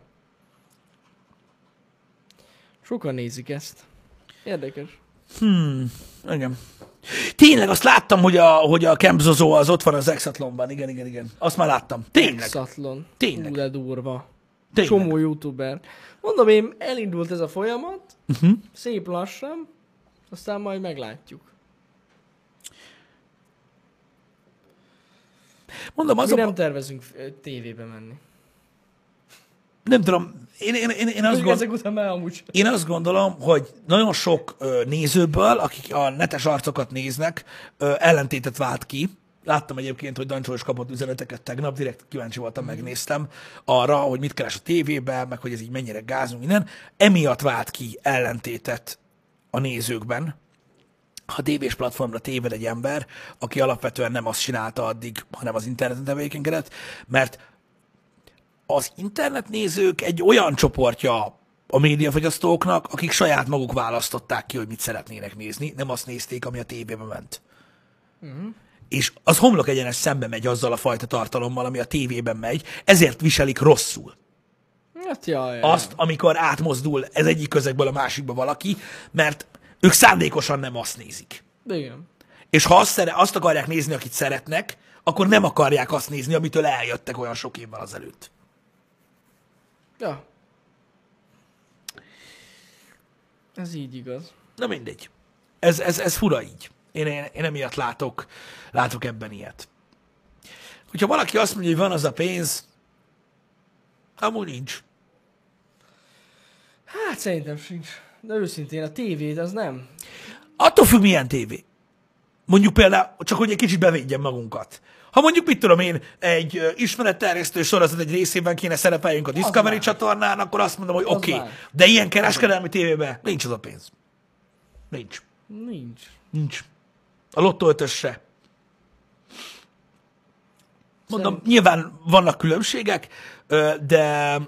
Sokan nézik ezt. Érdekes. Hmm, igen. Tényleg, azt láttam, hogy a, hogy a Camp Zozo az ott van az Exatlonban. Igen, igen, igen. Azt már láttam. Tényleg. Exatlon. Tényleg. Hú, de durva. Tényleg. Csomó youtuber. Mondom én, elindult ez a folyamat, Uh-huh. szép lassan, aztán majd meglátjuk. Mondom, Mi az a... nem tervezünk ö, tévébe menni. Nem tudom, én, én, én, én, azt Gond... gond... Ezek után már amúgy sem. én azt gondolom, hogy nagyon sok ö, nézőből, akik a netes arcokat néznek, ö, ellentétet vált ki. Láttam egyébként, hogy Dancsó is kapott üzeneteket tegnap, direkt kíváncsi voltam, megnéztem arra, hogy mit keres a tévében, meg hogy ez így mennyire gázunk, minden. Emiatt vált ki ellentétet a nézőkben. Ha tévés platformra téved egy ember, aki alapvetően nem azt csinálta addig, hanem az interneten tevékenykedett, mert az internetnézők egy olyan csoportja a médiafogyasztóknak, akik saját maguk választották ki, hogy mit szeretnének nézni, nem azt nézték, ami a tévébe ment. Uh-huh. És az homlok egyenes szembe megy azzal a fajta tartalommal, ami a tévében megy, ezért viselik rosszul Hát jaj, jaj. azt, amikor átmozdul ez egyik közegből a másikba valaki, mert ők szándékosan nem azt nézik. Igen. És ha azt, szere, azt akarják nézni, akit szeretnek, akkor nem akarják azt nézni, amitől eljöttek olyan sok évvel azelőtt. Ja. Ez így igaz. Na mindegy. Ez, ez, ez fura így. Én, én, én emiatt látok, látok ebben ilyet. Hogyha valaki azt mondja, hogy van az a pénz, amúgy nincs. Hát szerintem sincs. De őszintén a tévét az nem. Attól függ, milyen tévé. Mondjuk például, csak hogy egy kicsit bevédjem magunkat. Ha mondjuk, mit tudom én, egy uh, ismeretterjesztő sorozat egy részében kéne szerepeljünk a Discovery más. csatornán, akkor azt mondom, hogy Az oké. Okay. más. De ilyen kereskedelmi tévében nincs az a pénz. Nincs. Nincs. Nincs. A lottó ötös se. Mondom, Szerint- nyilván vannak különbségek, ö, de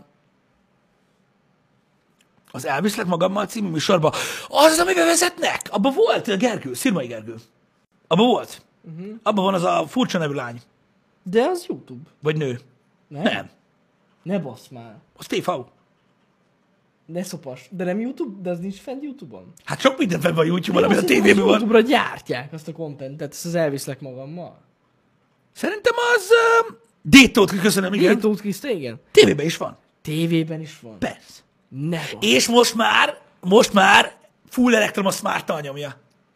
az Elviszlek magammal című műsorban, az, az, amiben vezetnek, abban volt Gergő, Szirmai Gergő. Abban volt. Uh-huh. Abban van az a furcsa nevű lány. De az YouTube. Vagy nő. Nem? Nem. Ne bassz már. Az té vé. Ne szopas. De nem YouTube? De az nincs fent YouTube-on? Hát sok minden fenn van YouTube-on, ami a Azt tévében hittem, van. YouTube-ra gyártják azt a contentet, ezt az elviszlek magammal. Szerintem az uh, Détót köszönöm, igen. Igen, Tóth Kriszta, igen. Tévében is van. Tévében is van. Persze. Ne bassz. És most már, most már full elektromos smart nyomja.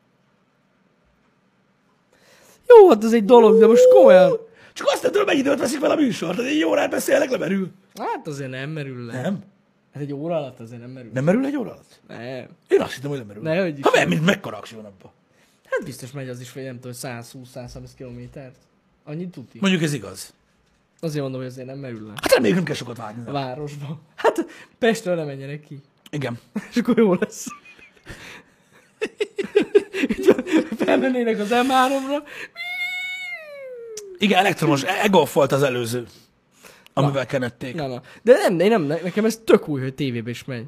Jó, hát ez egy dolog, de most komolyan. Csak azt nem tudom, mennyi időt veszik fel a műsort, hogy egy órát beszélnek, lemerül. Hát azért nem merül le. Nem? Hát egy óra alatt azért nem merül. Nem merül egy óra alatt? Nem. Én azt hittem, hogy lemerül. Ne, hogy is. Ha mert mint mekkora aksi van abban. Hát biztos megy az is, vagy nem tudom, száz húsz száz harminc kilométert. Annyit tuti. Mondjuk ez igaz. Azért mondom, hogy azért nem merül le. Hát reméljük nem kell sokat vágni. A városba. Hát Pestről nem menjenek ki. Igen. És akkor jó lesz. Felmennének az em háromra. Igen, elektromos. E-golf volt az előző, amivel kenették. Na, na. De nem, én nem, nekem ez tök új, hogy tévébe is megy.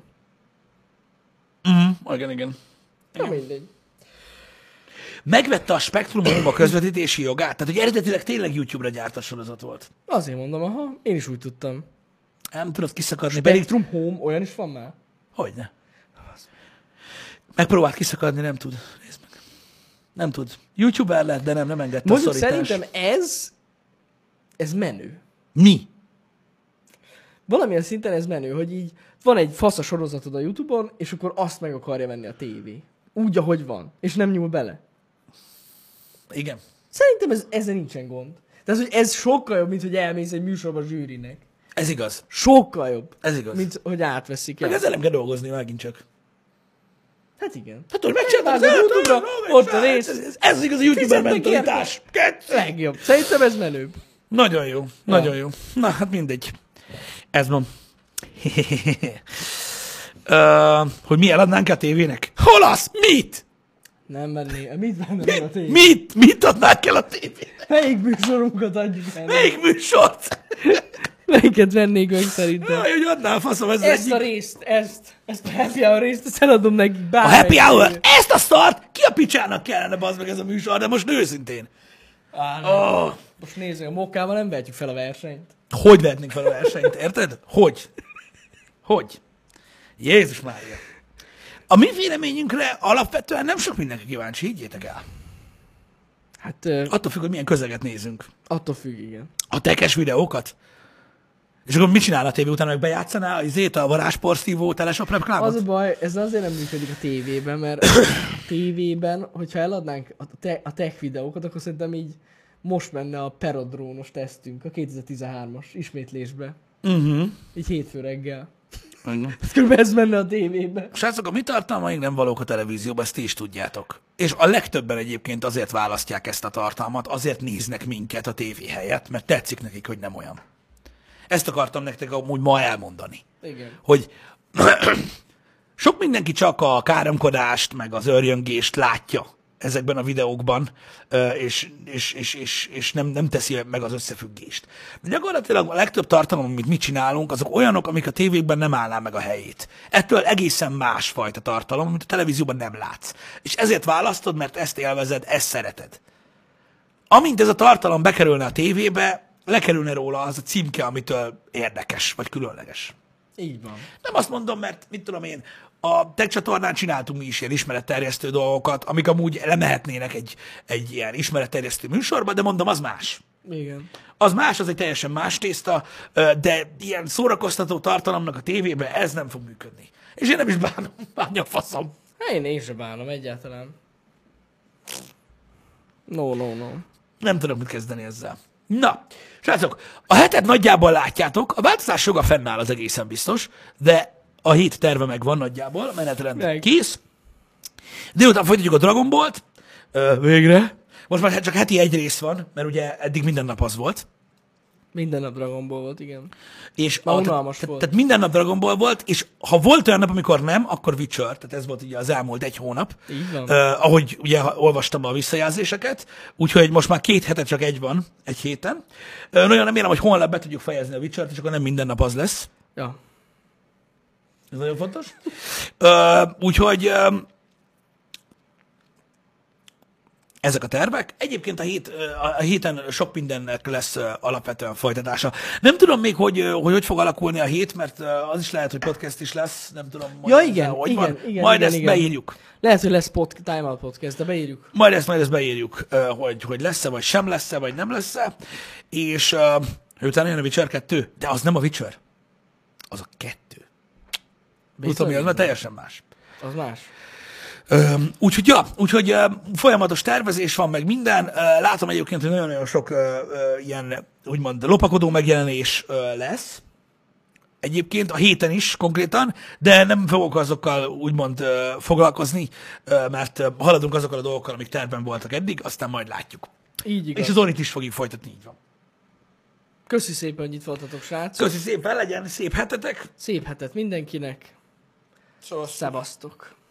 Mm, igen, igen. Na mindegy. Megvette a Spektrum a közvetítési jogát? Tehát, hogy eredetileg tényleg YouTube-ra gyártott sorozat volt. Azért mondom, aha, én is úgy tudtam. Nem tudod kiszakadni, pedig... Spectrum Home, olyan is van már? Hogyne. Megpróbált kiszakadni, nem tud. Nézd meg. Nem tud. YouTuber lett, de nem, nem engedte Mondjuk a szorítás. szerintem ez, ez menő. Mi? Valamilyen szinten ez menő, hogy így van egy fasz a sorozatod a YouTube-on, és akkor azt meg akarja venni a tévé. Úgy, ahogy van. És nem nyúl bele. Igen. Szerintem ez, ezzel nincsen gond. Tehát, hogy ez sokkal jobb, mint hogy elmész egy műsorba zsűrinek. Ez igaz. Sokkal jobb. Ez igaz. Mint hogy átveszik Meg el. ezzel nem kell dolgozni megint csak. Hát igen. Hát, hogy megcsináltad az Megvágod YouTube-ra, YouTube-ra, ott a rész. Ez, ez, ez az igazi YouTuber Fizetnek mentalitás. Kett. Legjobb. Szerintem ez menőbb. Nagyon jó. Nagyon jó. Na, hát mindegy. Ez van. uh, hogy mi eladnánk a tévének? Hol az? Mit? Nem menné. Mit venné a tévé? Mit? Mit adnánk el a tévének? Melyik műsorunkat adjuk el? Melyik műsort? Melyiket vennék meg szerintem? Jaj, hogy adnál, faszom, ez Ezt egyik. a részt, ezt, ezt a happy hour részt, ezt eladom nekik A bármelyik. happy hour, ezt a szart, ki a picsának kellene, bazd meg ez a műsor, de most őszintén. Á, nem. Oh, Most nézzük, a Mokkával nem vehetjük fel a versenyt. hogy vehetnénk fel a versenyt, érted? Hogy? Hogy? Jézus Mária. A mi véleményünkre alapvetően nem sok mindenki kíváncsi, higgyétek el. Hát uh, Attól függ, hogy milyen közeget nézünk. attól függ, igen. A tekes videókat. És akkor mit csinál a tévé után, meg bejátszaná izét, a varázsporszívó telesop reklámot? Az a baj, ez azért nem működik a tévében, mert a tévében, hogyha eladnánk a, te- a tech videókat, akkor szerintem így most menne a perodrónos tesztünk, a kétezer-tizenhármas ismétlésbe. Uh-huh. Így hétfő reggel. Igen. Ez körülbelül ez menne a tévébe. Srácok, a mi tartalmaink nem valók a televízióban, ezt ti is tudjátok. És a legtöbben egyébként azért választják ezt a tartalmat, azért néznek minket a tévé helyett, mert tetszik nekik, hogy nem olyan. Ezt akartam nektek amúgy ma elmondani. Igen. Hogy sok mindenki csak a káromkodást, meg az örjöngést látja ezekben a videókban, és, és, és, és, és nem, nem teszi meg az összefüggést. De gyakorlatilag a legtöbb tartalom, amit mi csinálunk, azok olyanok, amik a tévékben nem állná meg a helyét. Ettől egészen másfajta tartalom, amit a televízióban nem látsz. És ezért választod, mert ezt élvezed, ezt szereted. Amint ez a tartalom bekerülne a tévébe, lekerülne róla az a címke, amitől érdekes, vagy különleges. Így van. Nem azt mondom, mert mit tudom én, a tech csatornán csináltunk mi is ilyen ismeretterjesztő dolgokat, amik amúgy lemehetnének egy, egy ilyen ismeretterjesztő műsorba, de mondom, az más. Igen. Az más, az egy teljesen más tészta, de ilyen szórakoztató tartalomnak a tévében ez nem fog működni. És én nem is bánom, bánja a faszom. Hát én, én sem bánom egyáltalán. No, no, no. Nem tudok mit kezdeni ezzel. Na, srácok, a hetet nagyjából látjátok, a változás joga fennáll, az egészen biztos, de a hét terve meg van nagyjából, a menetrend Meg. kész. Délután folytatjuk a Dragon Ball-t, ö, végre. Most már csak heti egy rész van, mert ugye eddig minden nap az volt. Minden nap Dragon Ball volt, igen. És Már a, unalmas tehát, volt. tehát minden nap Dragon Ball volt, és ha volt olyan nap, amikor nem, akkor Witcher, tehát ez volt ugye az elmúlt egy hónap. Így van. Uh, ahogy ugye olvastam a visszajelzéseket, úgyhogy most már két hete csak egy van, egy héten. Uh, nagyon remélem, hogy holnap be tudjuk fejezni a Witcher-t, és akkor nem minden nap az lesz. Ja. Ez nagyon fontos. Uh, úgyhogy um, ezek a tervek. Egyébként a, hét, a héten sok mindennek lesz alapvetően folytatása. Nem tudom még, hogy hogy, hogy fog alakulni a hét, mert az is lehet, hogy podcast is lesz. Nem tudom. Ja, ezzel, igen, hogy igen, van. igen, Majd igen, ezt igen. beírjuk. Lehet, hogy lesz pod- Time Out Podcast, de beírjuk. Majd ezt, majd ezt beírjuk, hogy, hogy lesz-e, vagy sem lesz-e, vagy nem lesz-e. És uh, utána jön a Witcher kettő, de az nem a Witcher. Az a kettő. Tudom, mi az, mert teljesen más. Az más. Öm, úgyhogy, ja, úgyhogy ö, folyamatos tervezés van, meg minden. Ö, látom egyébként, hogy nagyon-nagyon sok ö, ö, ilyen, úgymond, lopakodó megjelenés ö, lesz. Egyébként a héten is konkrétan, de nem fogok azokkal úgymond ö, foglalkozni, ö, mert ö, haladunk azokkal a dolgokkal, amik tervben voltak eddig, aztán majd látjuk. Így igaz. És az Zorit is fogjuk folytatni, így van. Köszi szépen, hogy itt voltatok, srác. Köszi szépen, legyen szép hetetek. Szép hetet mindenkinek. Szóval Szevasztok.